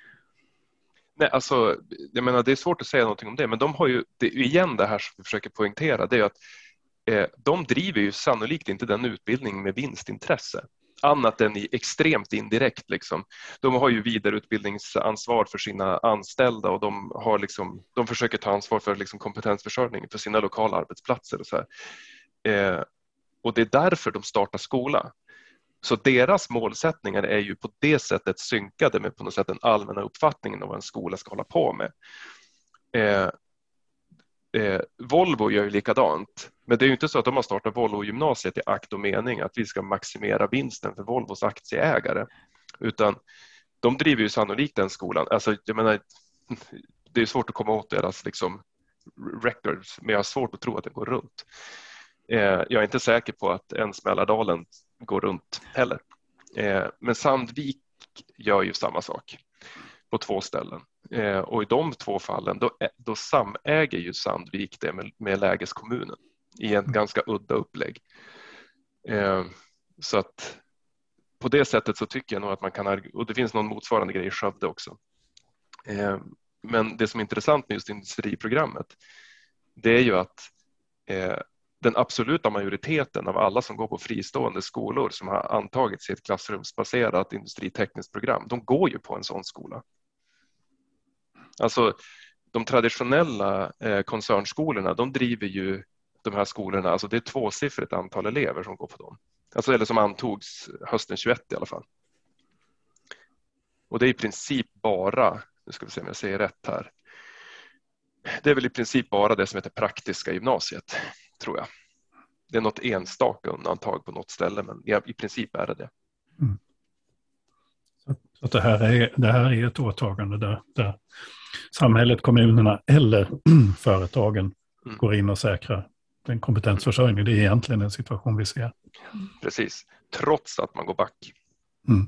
Nej, alltså, jag menar, det är svårt att säga någonting om det, men de har ju, det, igen det här som vi försöker poängtera, det är att eh, de driver ju sannolikt inte den utbildning med vinstintresse. Annat än i extremt indirekt. Liksom. De har ju vidareutbildningsansvar för sina anställda och de, har liksom, de försöker ta ansvar för liksom kompetensförsörjning för sina lokala arbetsplatser. Och, så här. Eh, och det är därför de startar skola. Så deras målsättningar är ju på det sättet synkade med på något sätt den allmänna uppfattningen av vad en skola ska hålla på med. Eh, Eh, Volvo gör ju likadant, men det är ju inte så att de har startat Volvo-gymnasiet i akt och mening att vi ska maximera vinsten för Volvos aktieägare, utan de driver ju sannolikt den skolan. Alltså, jag menar, det är svårt att komma åt deras liksom, records, men jag har svårt att tro att det går runt. Eh, jag är inte säker på att ens Mälardalen går runt heller. Eh, men Sandvik gör ju samma sak på två ställen. Eh, och i de två fallen då, då samäger ju Sandvik det med, med lägeskommunen i en ganska udda upplägg. Eh, så att på det sättet så tycker jag nog att man kan, och det finns någon motsvarande grej i Skövde också. Eh, men det som är intressant med just industriprogrammet, det är ju att eh, den absoluta majoriteten av alla som går på fristående skolor som har antagits i ett klassrumsbaserat industritekniskt program, de går ju på en sån skola. Alltså de traditionella eh, koncernskolorna, de driver ju de här skolorna, alltså det är tvåsiffrigt antal elever som går på dem. Alltså, eller som antogs hösten tjugoett i alla fall. Och det är i princip bara, nu ska vi se om jag säger rätt här, det är väl i princip bara det som heter praktiska gymnasiet, tror jag. Det är något enstaka undantag på något ställe, men i princip är det det. Mm. Så att det, här är, det här är ett åtagande där, där samhället, kommunerna eller företagen mm. går in och säkrar den kompetensförsörjning. Det är egentligen en situation vi ser. Precis, trots att man går back. Mm.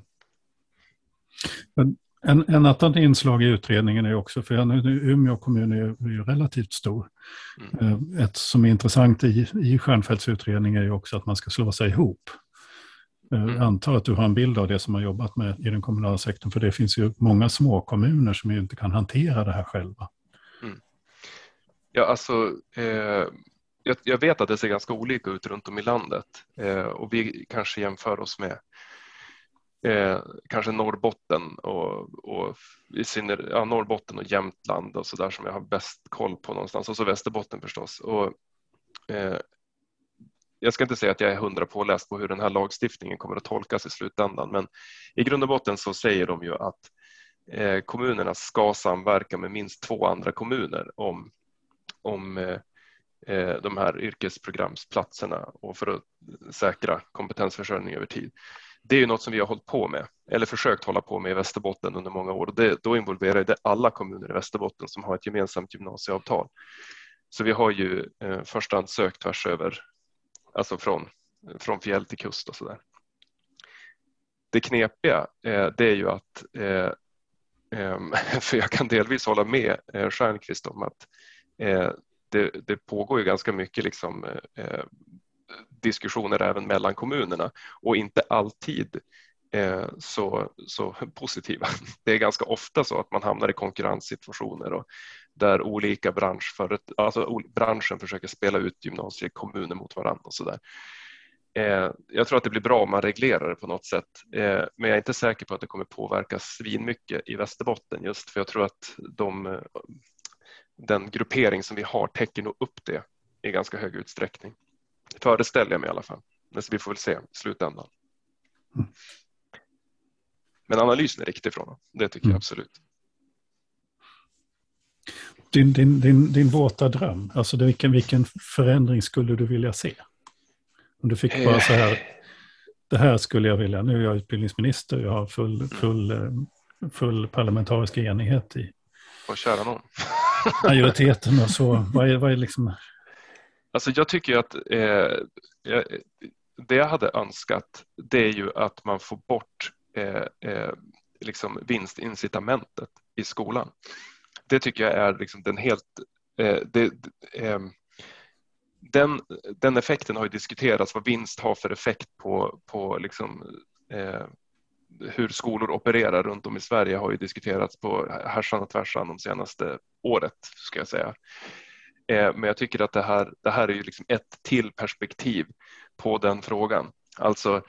En, en annan inslag i utredningen är också, för Umeå kommun är ju relativt stor. Mm. Ett som är intressant i, i Stjernfeldtsutredningen är ju också att man ska slå sig ihop. Mm. Jag antar att du har en bild av det som har jobbat med i den kommunala sektorn, för det finns ju många små kommuner som ju inte kan hantera det här själva. Mm. Ja, alltså eh, jag, jag vet att det ser ganska olika ut runt om i landet eh, och vi kanske jämför oss med Eh, kanske Norrbotten och, och i synner, ja, Norrbotten och Jämtland och så där som jag har bäst koll på någonstans, och så Västerbotten förstås. Och, eh, jag ska inte säga att jag är hundra påläst på hur den här lagstiftningen kommer att tolkas i slutändan, men i grund och botten så säger de ju att eh, kommunerna ska samverka med minst två andra kommuner om, om eh, de här yrkesprogramsplatserna och för att säkra kompetensförsörjning över tid. Det är ju något som vi har hållit på med, eller försökt hålla på med i Västerbotten under många år. Och det, då involverar det alla kommuner i Västerbotten som har ett gemensamt gymnasieavtal. Så vi har ju eh, förstahand sökt tvärs över, alltså från, från fjäll till kust och sådär. Det knepiga eh, det är ju att, eh, eh, för jag kan delvis hålla med eh, Stjernqvist om att eh, det, det pågår ju ganska mycket liksom eh, diskussioner även mellan kommunerna och inte alltid eh, så, så positiva. Det är ganska ofta så att man hamnar i konkurrenssituationer och där olika branschföret, alltså branschen försöker spela ut gymnasiekommuner mot varandra och sådär. Eh, jag tror att det blir bra om man reglerar det på något sätt, eh, men jag är inte säker på att det kommer påverka svinmycket i Västerbotten, just för jag tror att de, den gruppering som vi har täcker nog upp det i ganska hög utsträckning. Föreställer jag mig i alla fall. Men så vi får väl se i slutändan. Mm. Men analysen är riktig från dem. Det tycker mm. jag absolut. Din, din, din, din våta dröm, alltså vilken, vilken förändring skulle du vilja se? Om du fick bara så här, det här skulle jag vilja, nu är jag utbildningsminister, jag har full, full, full parlamentarisk enighet i och kära någon. majoriteten och så. Vad är, vad är liksom... Alltså jag tycker att eh, det jag hade önskat, det är ju att man får bort eh, eh, liksom vinstincitamentet i skolan. Det tycker jag är liksom den helt... Eh, det, eh, den, den effekten har ju diskuterats, vad vinst har för effekt på, på liksom, eh, hur skolor opererar runt om i Sverige har ju diskuterats på härsan och tvärsan de senaste året, ska jag säga. Men jag tycker att det här, det här är ju liksom ett till perspektiv på den frågan. Alltså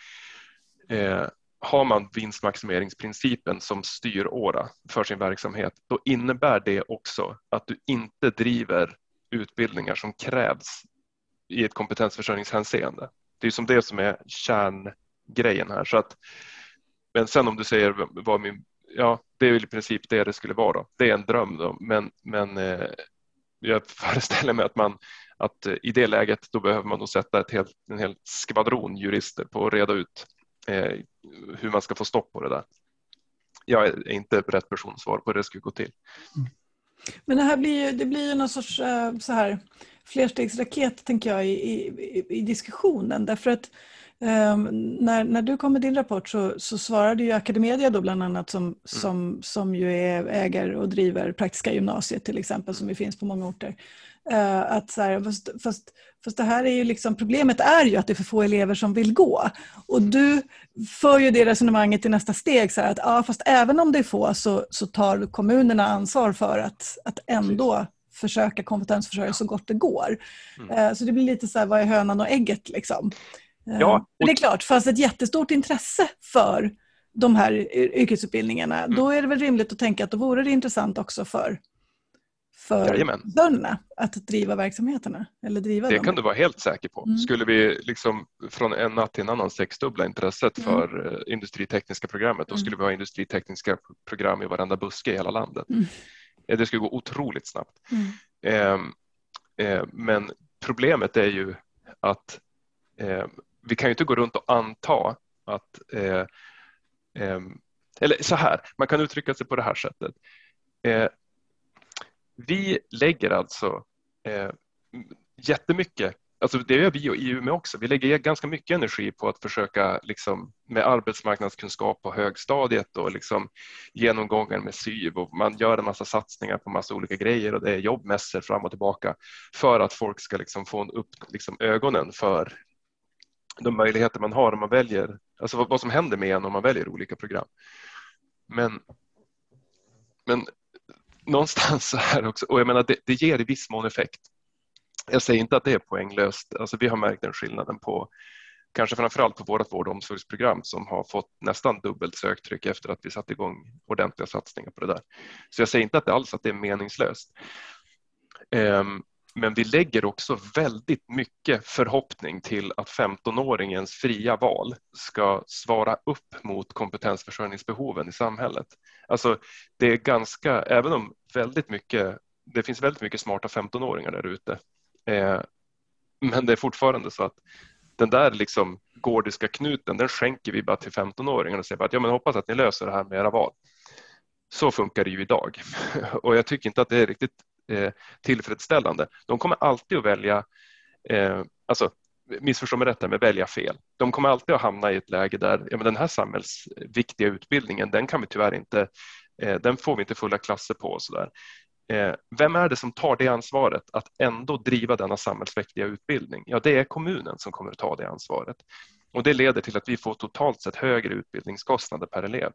eh, har man vinstmaximeringsprincipen som styråra för sin verksamhet, då innebär det också att du inte driver utbildningar som krävs i ett kompetensförsörjningshänseende. Det är som det som är kärngrejen här. Så att, men sen om du säger vad min, ja, det är väl i princip det det skulle vara. Det är en dröm då, men, men eh, jag föreställer mig att man att i det läget då behöver man nog sätta ett helt, en hel skvadron jurister på att reda ut eh, hur man ska få stopp på det där. Jag är inte rätt person att svara på hur det skulle gå till. Mm. Men det här blir ju, det blir ju någon sorts uh, så här flerstegsraket, tänker jag, i, i, i diskussionen. Därför att um, när, när du kom med din rapport så, så svarade ju Academedia då bland annat som, mm. som, som ju är ägare och driver Praktiska gymnasiet till exempel, som ju finns på många orter. Uh, att så här, fast, fast, fast det här är ju liksom, problemet är ju att det är för få elever som vill gå. Och du för ju det resonemanget till nästa steg så här, att ja, fast även om det är få så, så tar kommunerna ansvar för att, att ändå Precis. försöka kompetensförsörja så gott det går. Mm. Uh, så det blir lite så här, vad är hönan och ägget liksom? Uh, ja, och... Det är klart, fast ett jättestort intresse för de här yrkesutbildningarna, mm. då är det väl rimligt att tänka att då vore det intressant också för för bönderna att driva verksamheterna eller driva det dem. Kan du vara helt säker på. Mm. Skulle vi liksom från en natt till en annan sexdubbla intresset mm. för uh, industritekniska programmet, då mm. skulle vi ha industritekniska program i varenda buske i hela landet. Mm. Det skulle gå otroligt snabbt. Eh, eh, men problemet är ju att eh, vi kan ju inte gå runt och anta att eh, eh, eller så här, man kan uttrycka sig på det här sättet. Eh, vi lägger alltså eh, jättemycket, alltså det gör vi och I U med också, vi lägger ganska mycket energi på att försöka liksom, med arbetsmarknadskunskap på högstadiet och liksom, genomgångar med S Y V, och man gör en massa satsningar på massa olika grejer och det är jobbmässor fram och tillbaka för att folk ska liksom, få upp liksom, ögonen för de möjligheter man har om man väljer, alltså vad, vad som händer med en om man väljer olika program. Men, men någonstans så här också, och jag menar det, det ger i viss mån effekt. Jag säger inte att det är poänglöst, alltså vi har märkt den skillnaden på, kanske framförallt på vårt vård- och omsorgsprogram som har fått nästan dubbelt söktryck efter att vi satt igång ordentliga satsningar på det där. Så jag säger inte att det alls att det är meningslöst. Um, Men vi lägger också väldigt mycket förhoppning till att femtonåringens fria val ska svara upp mot kompetensförsörjningsbehoven i samhället. Alltså det är ganska, även om väldigt mycket, det finns väldigt mycket smarta femtonåringar där ute. Eh, men det är fortfarande så att den där liksom gordiska knuten, den skänker vi bara till femtonåringarna och säger att ja, men hoppas att ni löser det här med era val. Så funkar det ju idag. Och jag tycker inte att det är riktigt Eh, tillfredsställande. De kommer alltid att välja, eh, alltså missförstå mig rätt med välja fel. De kommer alltid att hamna i ett läge där ja, men den här samhällsviktiga utbildningen, den kan vi tyvärr inte, eh, den får vi inte fulla klasser på och så där. Eh, vem är det som tar det ansvaret att ändå driva denna samhällsviktiga utbildning? Ja, det är kommunen som kommer att ta det ansvaret. Och det leder till att vi får totalt sett högre utbildningskostnader per elev.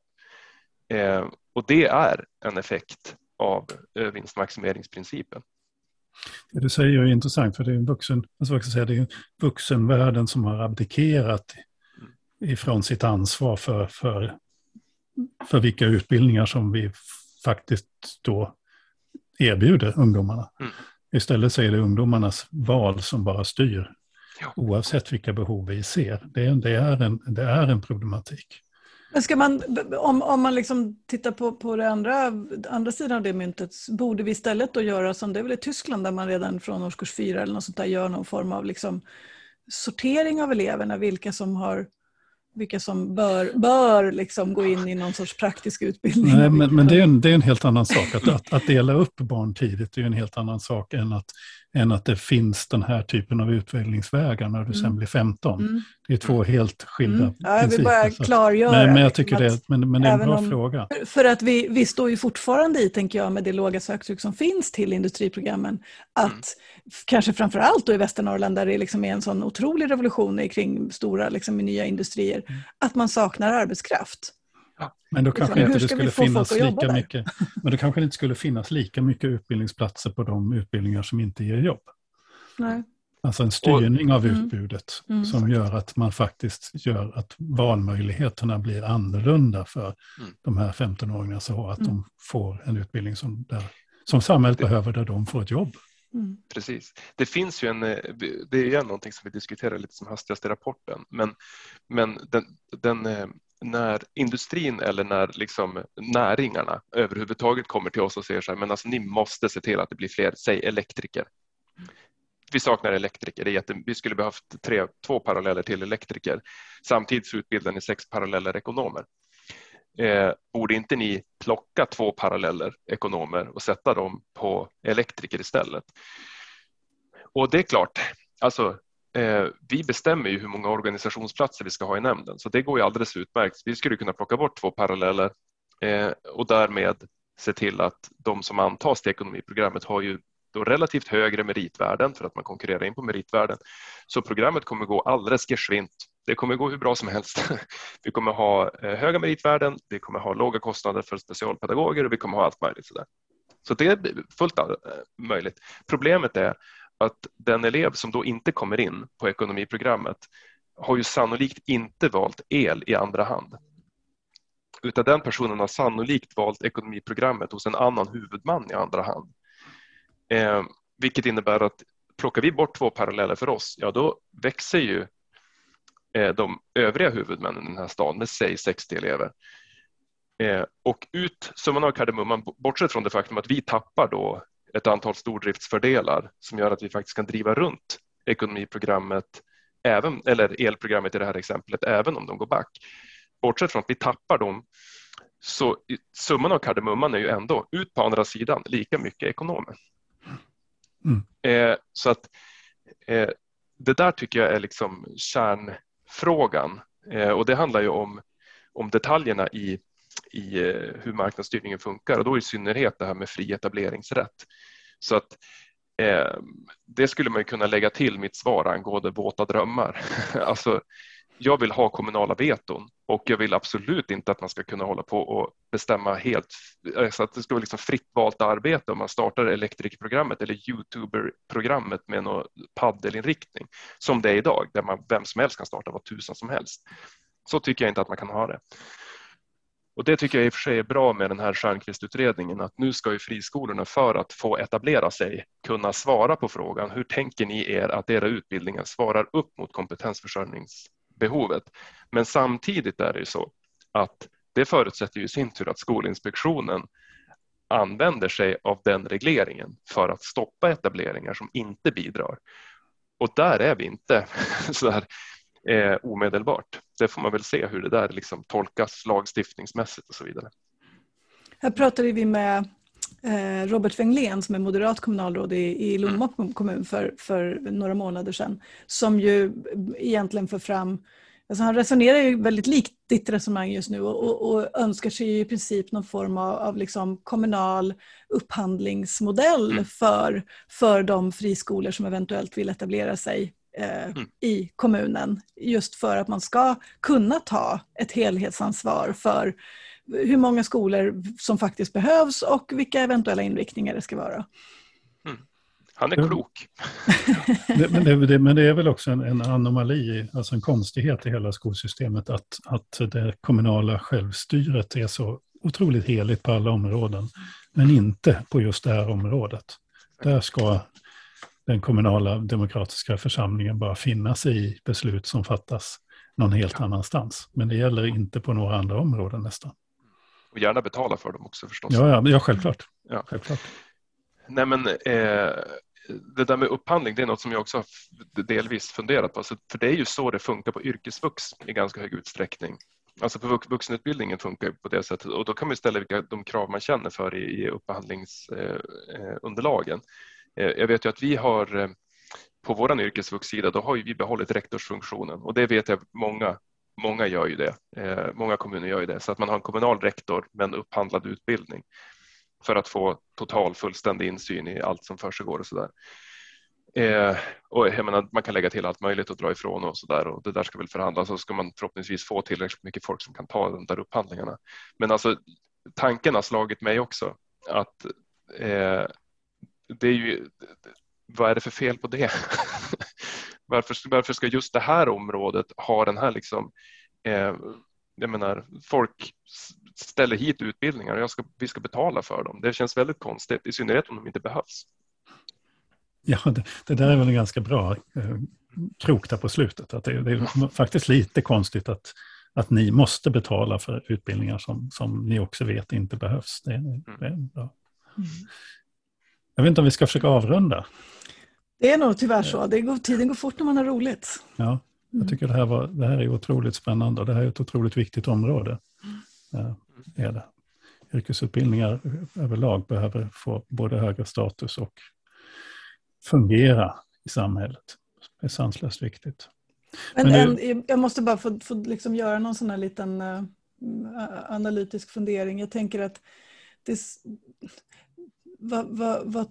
Eh, och det är en effekt av vinstmaximeringsprincipen. Det du säger är intressant, för det är en vuxen, alltså jag ska säga, det är en vuxenvärlden som har abdikerat ifrån sitt ansvar för, för, för vilka utbildningar som vi faktiskt då erbjuder ungdomarna. Mm. Istället så är det ungdomarnas val som bara styr, ja. Oavsett vilka behov vi ser. Det är, det är, en, det är en problematik. Men ska man, om, om man liksom tittar på, på det andra, andra sidan av det myntet, borde vi istället då göra som det är väl i Tyskland där man redan från årskurs fyra eller något sånt där gör någon form av liksom sortering av eleverna, vilka som har vilka som bör, bör liksom gå in i någon sorts praktisk utbildning. Nej, men, men det, är en, det är en helt annan sak. Att, att, att dela upp barn tidigt är en helt annan sak än att, än att det finns den här typen av utvecklingsvägar när du mm. sen blir femton. Mm. Det är två helt skilda mm. Ja, jag vill bara klargöra. Men, men jag tycker det, men, men det är en bra om, fråga. För att vi, vi står ju fortfarande i, tänker jag, med det låga söktryck som finns till industriprogrammen, att mm. kanske framförallt då i Västernorrland där det liksom är en sån otrolig revolution kring stora liksom, nya industrier, mm. att man saknar arbetskraft. Men då kanske inte det skulle finnas lika mycket, men då kanske det inte skulle finnas lika mycket utbildningsplatser på de utbildningar som inte ger jobb. Nej. Alltså en styrning och, av mm, utbudet mm, som gör att man faktiskt gör att valmöjligheterna blir annorlunda för mm. de här femton-åringarna så att mm. de får en utbildning som, där, som samhället det, behöver där de får ett jobb. Mm. Precis. Det finns ju en, det är igen någonting som vi diskuterar lite som hastigast i rapporten, men, men den, den när industrin eller när liksom näringarna överhuvudtaget kommer till oss och säger så här, men alltså ni måste se till att det blir fler, säg elektriker. Vi saknar elektriker, det är jätte, vi skulle behövt tre, två paralleller till elektriker. Samtidigt så utbildar ni sex paralleller ekonomer. Eh, borde inte ni plocka två paralleller ekonomer och sätta dem på elektriker istället? Och det är klart, alltså Eh, vi bestämmer ju hur många organisationsplatser vi ska ha i nämnden, så det går ju alldeles utmärkt. Vi skulle kunna plocka bort två paralleller eh, och därmed se till att de som antas till ekonomiprogrammet har ju då relativt högre meritvärden för att man konkurrerar in på meritvärden. Så programmet kommer gå alldeles geschwint. Det kommer gå hur bra som helst. Vi kommer ha eh, höga meritvärden, vi kommer ha låga kostnader för specialpedagoger och vi kommer ha allt möjligt sådär. Så det är fullt äh, möjligt. Problemet är att den elev som då inte kommer in på ekonomiprogrammet har ju sannolikt inte valt el i andra hand. Utan den personen har sannolikt valt ekonomiprogrammet hos en annan huvudman i andra hand. Eh, vilket innebär att plockar vi bort två paralleller för oss, ja då växer ju eh, de övriga huvudmännen i den här staden med säg sextio elever. Eh, och ut, summan av kardemumman, bortsett från det faktum att vi tappar då ett antal stordriftsfördelar som gör att vi faktiskt kan driva runt ekonomiprogrammet, även, eller elprogrammet i det här exemplet, även om de går back. Bortsett från att vi tappar dem, så summan av kardemumman är ju ändå ut på andra sidan lika mycket ekonomer. Mm. Eh, så att eh, det där tycker jag är liksom kärnfrågan. Eh, och det handlar ju om, om detaljerna i, i eh, hur marknadsstyrningen funkar, och då i synnerhet det här med fri etableringsrätt. Så att eh, det skulle man ju kunna lägga till mitt svar angående våta drömmar. Alltså, jag vill ha kommunala veton, och jag vill absolut inte att man ska kunna hålla på och bestämma helt, så att det ska vara liksom fritt valt arbete om man startar elektrikerprogrammet eller youtuberprogrammet med någon paddelinriktning som det är idag, där man, vem som helst kan starta vad tusan som helst. Så tycker jag inte att man kan ha det. Och det tycker jag i och för sig är bra med den här Stjernquist-utredningen, att nu ska ju friskolorna, för att få etablera sig, kunna svara på frågan: hur tänker ni er att era utbildningar svarar upp mot kompetensförsörjningsbehovet? Men samtidigt är det ju så att det förutsätter ju i sin tur att Skolinspektionen använder sig av den regleringen för att stoppa etableringar som inte bidrar. Och där är vi inte så här eh, omedelbart. Det får man väl se hur det där liksom tolkas lagstiftningsmässigt och så vidare. Här pratade vi med eh, Robert Wenglén som är moderat kommunalråd i, i Lomma kommun för, för några månader sedan, som ju egentligen för fram, alltså han resonerar ju väldigt likt ditt resonemang just nu, och, och, och önskar sig i princip någon form av, av liksom kommunal upphandlingsmodell mm. för, för de friskolor som eventuellt vill etablera sig eh, mm. i kommunen, just för att man ska kunna ta ett helhetsansvar för hur många skolor som faktiskt behövs och vilka eventuella inriktningar det ska vara. Mm. Han är klok. det, men, det, det, men det är väl också en, en anomali, alltså en konstighet i hela skolsystemet, att, att det kommunala självstyret är så otroligt heligt på alla områden, men inte på just det här området. Där ska den kommunala demokratiska församlingen bara finna sig i beslut som fattas någon helt annanstans. Men det gäller inte på några andra områden nästan. Och gärna betala för dem också förstås. Ja, ja, ja självklart. Ja. självklart. Nej, men eh, det där med upphandling, det är något som jag också har delvis funderat på. Så, för det är ju så det funkar på yrkesvux i ganska hög utsträckning. Alltså på vuxenutbildningen funkar på det sättet. Och då kan man ställa vilka de krav man känner för i, i upphandlingsunderlagen. Eh, eh, jag vet ju att vi har eh, på våran yrkesvuxsida, då har ju vi behållit rektorsfunktionen. Och det vet jag många Många gör ju det. Eh, många kommuner gör ju det. Så att man har en kommunal rektor med en upphandlad utbildning för att få total fullständig insyn i allt som försiggår och sådär. Eh, och jag menar, man kan lägga till allt möjligt och dra ifrån och sådär, och det där ska väl förhandlas, och ska man förhoppningsvis få tillräckligt mycket folk som kan ta de där upphandlingarna. Men alltså, tanken har slagit mig också att eh, det är ju, vad är det för fel på det? Varför, varför ska just det här området ha den här liksom, eh, jag menar, folk ställer hit utbildningar och jag ska, vi ska betala för dem. Det känns väldigt konstigt, i synnerhet om de inte behövs. Ja, det, det där är väl en ganska bra eh, krok där på slutet. Att det, det är faktiskt lite konstigt att, att ni måste betala för utbildningar som, som ni också vet inte behövs. Det, det är bra. Mm. Jag vet inte om vi ska försöka avrunda. Det är nog tyvärr så. Det går, tiden går fort när man har roligt. Ja, jag tycker det här, var, det här är otroligt spännande, och det här är ett otroligt viktigt område. Ja, är det. Yrkesutbildningar överlag behöver få både högre status och fungera i samhället. Det är sanslöst viktigt. Men, Men nu, en, jag måste bara få, få liksom göra någon sån här liten uh, analytisk fundering. Jag tänker att det, vad, vad, vad,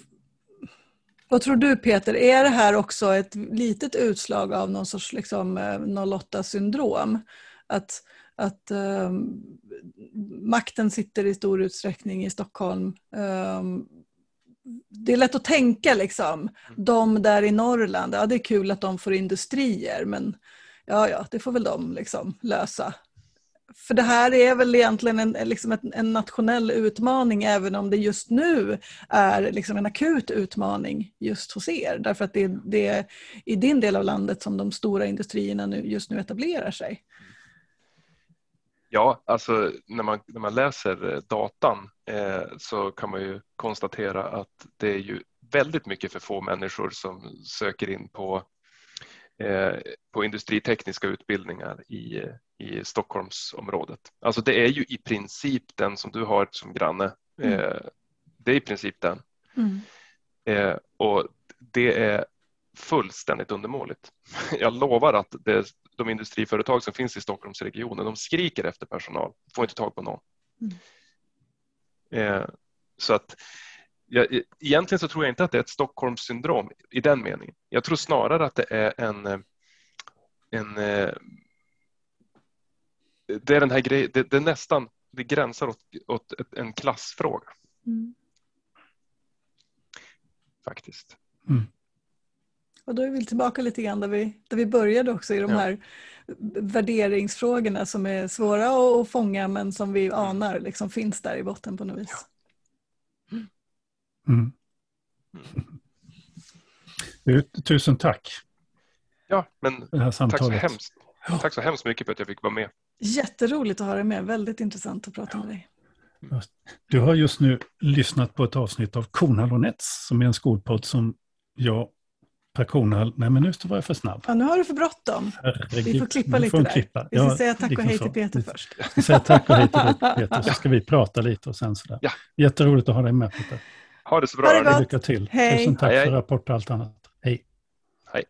vad tror du, Peter? Är det här också ett litet utslag av någon sorts liksom, noll åtta-syndrom? Att, att um, makten sitter i stor utsträckning i Stockholm. Um, det är lätt att tänka liksom, de där i Norrland, ja det är kul att de får industrier, men ja, ja det får väl de liksom lösa. För det här är väl egentligen en, liksom en, en nationell utmaning, även om det just nu är liksom en akut utmaning just hos er. Därför att det, det är i din del av landet som de stora industrierna nu, just nu etablerar sig. Ja, alltså när man, när man läser datan eh, så kan man ju konstatera att det är ju väldigt mycket för få människor som söker in på, eh, på industritekniska utbildningar i, i Stockholmsområdet. Alltså det är ju i princip den som du har som granne. Eh, mm. Det är i princip den. Mm. Eh, och det är fullständigt undermåligt. Jag lovar att det, de industriföretag som finns i Stockholmsregionen, de skriker efter personal, får inte tag på någon. Mm. Eh, så att jag, egentligen så tror jag inte att det är ett Stockholmssyndrom i den meningen. Jag tror snarare att det är en, en det är den här grejen, det, det är nästan, det gränsar åt, åt en klassfråga. Mm. Faktiskt. Mm. Och då är vi tillbaka lite grann där vi, där vi började också i de Ja. här värderingsfrågorna som är svåra att, att fånga men som vi anar liksom finns där i botten på något vis. Mm. Mm. Mm. Tusen tack. Ja, men det här tack så, hemskt, tack så hemskt mycket för att jag fick vara med. Jätteroligt att ha dig med. Väldigt intressant att prata med dig. Du har just nu lyssnat på ett avsnitt av Kornhall och Nets som är en skolpodd som jag, Per Kornhall, nej men nu var jag för snabb. Ja, nu har du för bråttom. Herregud, vi får klippa lite där. Klippa. Vi ska ja, säga tack och hej så. till Peter vi, först. Vi ska säga tack och hej till Peter, så ska vi prata lite och sen sådär. Ja. Jätteroligt att ha dig med, Peter. Ha det så bra. Ha det gott. Lycka till. Hej. Tusen tack hej, hej. för rapport och allt annat. Hej. Hej.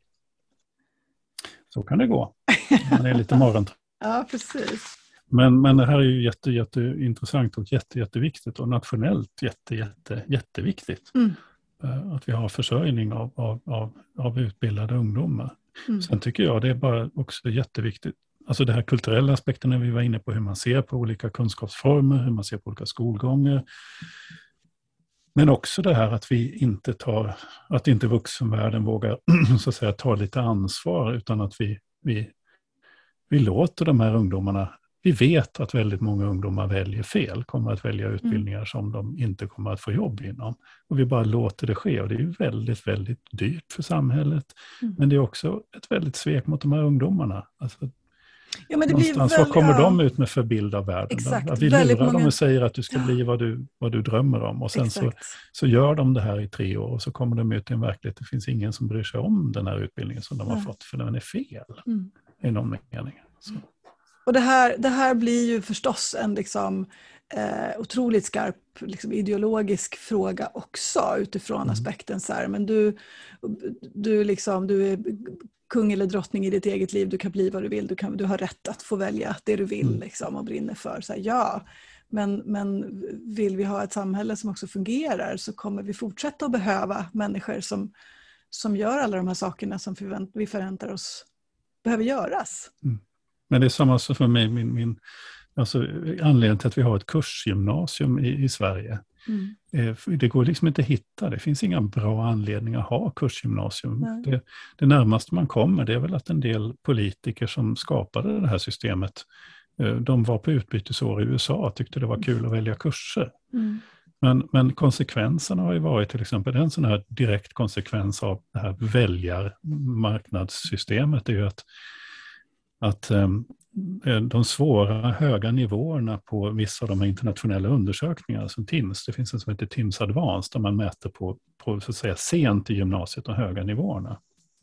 Så kan det gå. Man är lite morgontrött. Ja, precis. Men, men det här är ju jätte, jätteintressant och jätte, jätteviktigt och nationellt jätte, jätte, jätteviktigt. Mm. Att vi har försörjning av, av, av, av utbildade ungdomar. Mm. Sen tycker jag det är bara också jätteviktigt. Alltså det här kulturella aspekten när vi var inne på hur man ser på olika kunskapsformer, hur man ser på olika skolgånger. Men också det här att vi inte tar, att inte vuxenvärlden vågar så att säga ta lite ansvar utan att vi, vi, vi låter de här ungdomarna. Vi vet att väldigt många ungdomar väljer fel, kommer att välja utbildningar mm. som de inte kommer att få jobb inom. Och vi bara låter det ske och det är ju väldigt, väldigt dyrt för samhället. Mm. Men det är också ett väldigt svek mot de här ungdomarna. Alltså, ja, men det någonstans, blir väl, vad kommer ja. de ut med för bild av världen? Exakt, att vi lurar många... dem och säger att du ska bli vad du, vad du drömmer om. Och sen så, så gör de det här i tre år och så kommer de ut i en verklighet. Det finns ingen som bryr sig om den här utbildningen som de har ja. fått för den är fel. Mm. I någon mening. Så. Och det här, det här blir ju förstås en liksom, eh, otroligt skarp liksom, ideologisk fråga också utifrån mm. aspekten så här. Men du, du, liksom, du är kung eller drottning i ditt eget liv, du kan bli vad du vill, du, kan, du har rätt att få välja det du vill mm. liksom, och brinner för. Så här, ja, men, men vill vi ha ett samhälle som också fungerar så kommer vi fortsätta att behöva människor som, som gör alla de här sakerna som förvänt, vi förväntar oss behöver göras. Mm. Men det är samma som för mig, min, min, alltså, anledningen till att vi har ett kursgymnasium i, i Sverige. Mm. Eh, det går liksom inte att hitta, det finns inga bra anledningar att ha kursgymnasium. Det, det närmaste man kommer det är väl att en del politiker som skapade det här systemet, eh, de var på utbytesår i U S A och tyckte det var kul att välja kurser. Mm. Men, men konsekvenserna har ju varit till exempel en sån här direkt konsekvens av det här väljarmarknadssystemet är ju att att um, de svåra höga nivåerna på vissa av de här internationella undersökningarna som T I M S, det finns en som heter T I M S Advanced där man mäter på, på så att säga, sent i gymnasiet och höga nivåerna.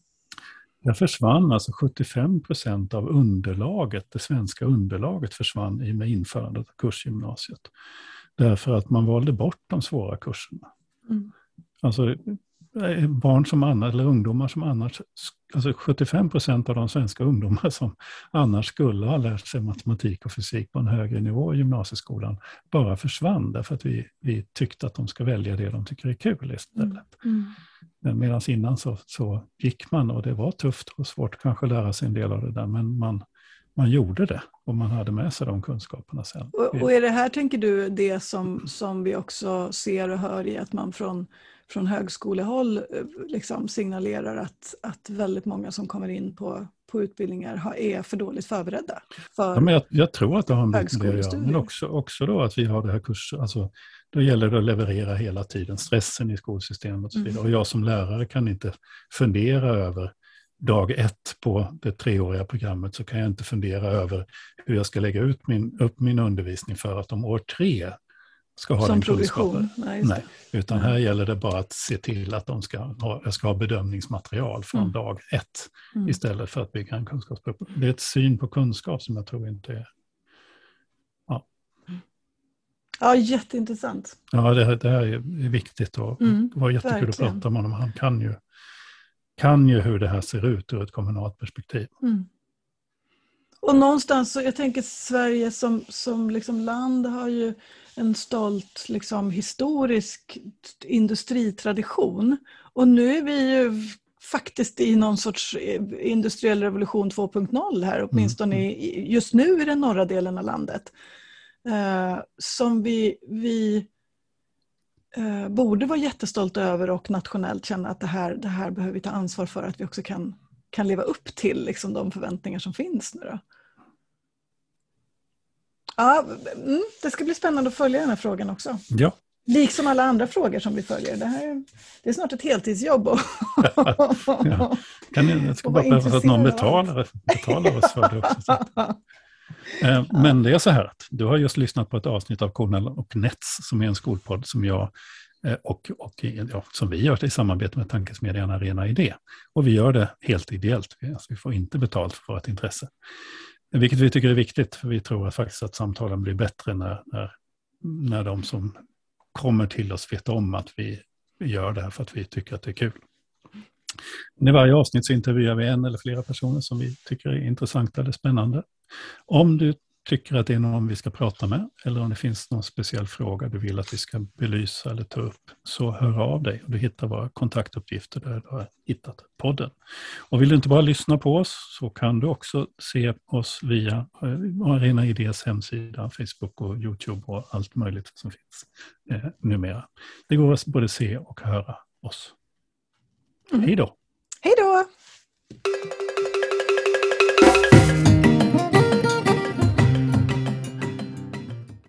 Där försvann alltså sjuttiofem procent av underlaget, det svenska underlaget försvann i med införandet av kursgymnasiet. Därför att man valde bort de svåra kurserna. Mm. Alltså barn som annars, eller ungdomar som annars, alltså sjuttiofem procent av de svenska ungdomar som annars skulle ha lärt sig matematik och fysik på en högre nivå i gymnasieskolan bara försvann därför att vi, vi tyckte att de ska välja det de tycker är kul istället. Mm. Mm. Medan innan så, så gick man och det var tufft och svårt att kanske lära sig en del av det där, men man, man gjorde det och man hade med sig de kunskaperna sen. Och, och är det här, tänker du, det som, som vi också ser och hör i att man från från högskolehåll liksom signalerar att, att väldigt många som kommer in på, på utbildningar har, är för dåligt förberedda för ja, men jag, jag tror att det har en bit med det att göra, men också, också då att vi har det här kurser, alltså då gäller det att leverera hela tiden, stressen i skolsystemet och så vidare. Mm. Och jag som lärare kan inte fundera över dag ett på det treåriga programmet, så kan jag inte fundera över hur jag ska lägga ut min, upp min undervisning för att om år tre ska ha som den progression. kunskapen. Nej, just Nej, utan här gäller det bara att se till att de ska ha, jag ska ha bedömningsmaterial från Mm. dag ett Mm. istället för att bygga en kunskapsgrupp. Det är ett syn på kunskap som jag tror inte är... Ja, Ja, jätteintressant. ja det, det här är viktigt och Mm, det var jättekul verkligen. att prata med honom. Han kan ju, kan ju hur det här ser ut ur ett kommunalt perspektiv. Mm. Och någonstans så, jag tänker Sverige som, som liksom land har ju en stolt liksom, historisk industritradition. Och nu är vi ju faktiskt i någon sorts industriell revolution två punkt noll här, åtminstone Mm. i, just nu i den norra delen av landet. Eh, som vi, vi eh, borde vara jättestolta över och nationellt känna att det här, det här behöver vi ta ansvar för, att vi också kan, kan leva upp till liksom, de förväntningar som finns nu då. Ja, mm, det ska bli spännande att följa den här frågan också. Ja. Liksom alla andra frågor som vi följer. Det, här är, det är snart ett heltidsjobb. Och ja. Kan ni, det ska bara behövas att någon betalar, betalar oss för det också. Eh, men det är så här att du har just lyssnat på ett avsnitt av Cornell och Nets som är en skolpodd som jag eh, och, och ja, som vi gör i samarbete med Tankesmedjan Arena Idé. Och vi gör det helt ideellt. Vi, alltså, vi får inte betalt för vårt intresse. Vilket vi tycker är viktigt, för vi tror att faktiskt att samtalen blir bättre när, när, när de som kommer till oss vet om att vi gör det här för att vi tycker att det är kul. I varje avsnitt så intervjuar vi en eller flera personer som vi tycker är intressanta eller spännande. Om du tycker att det är någon vi ska prata med eller om det finns någon speciell fråga du vill att vi ska belysa eller ta upp, så hör av dig och du hittar våra kontaktuppgifter där du har hittat podden. Och vill du inte bara lyssna på oss så kan du också se oss via Arena Idés hemsida, Facebook och YouTube och allt möjligt som finns eh, numera. Det går att både se och höra oss. Mm. Hej då! Hej då!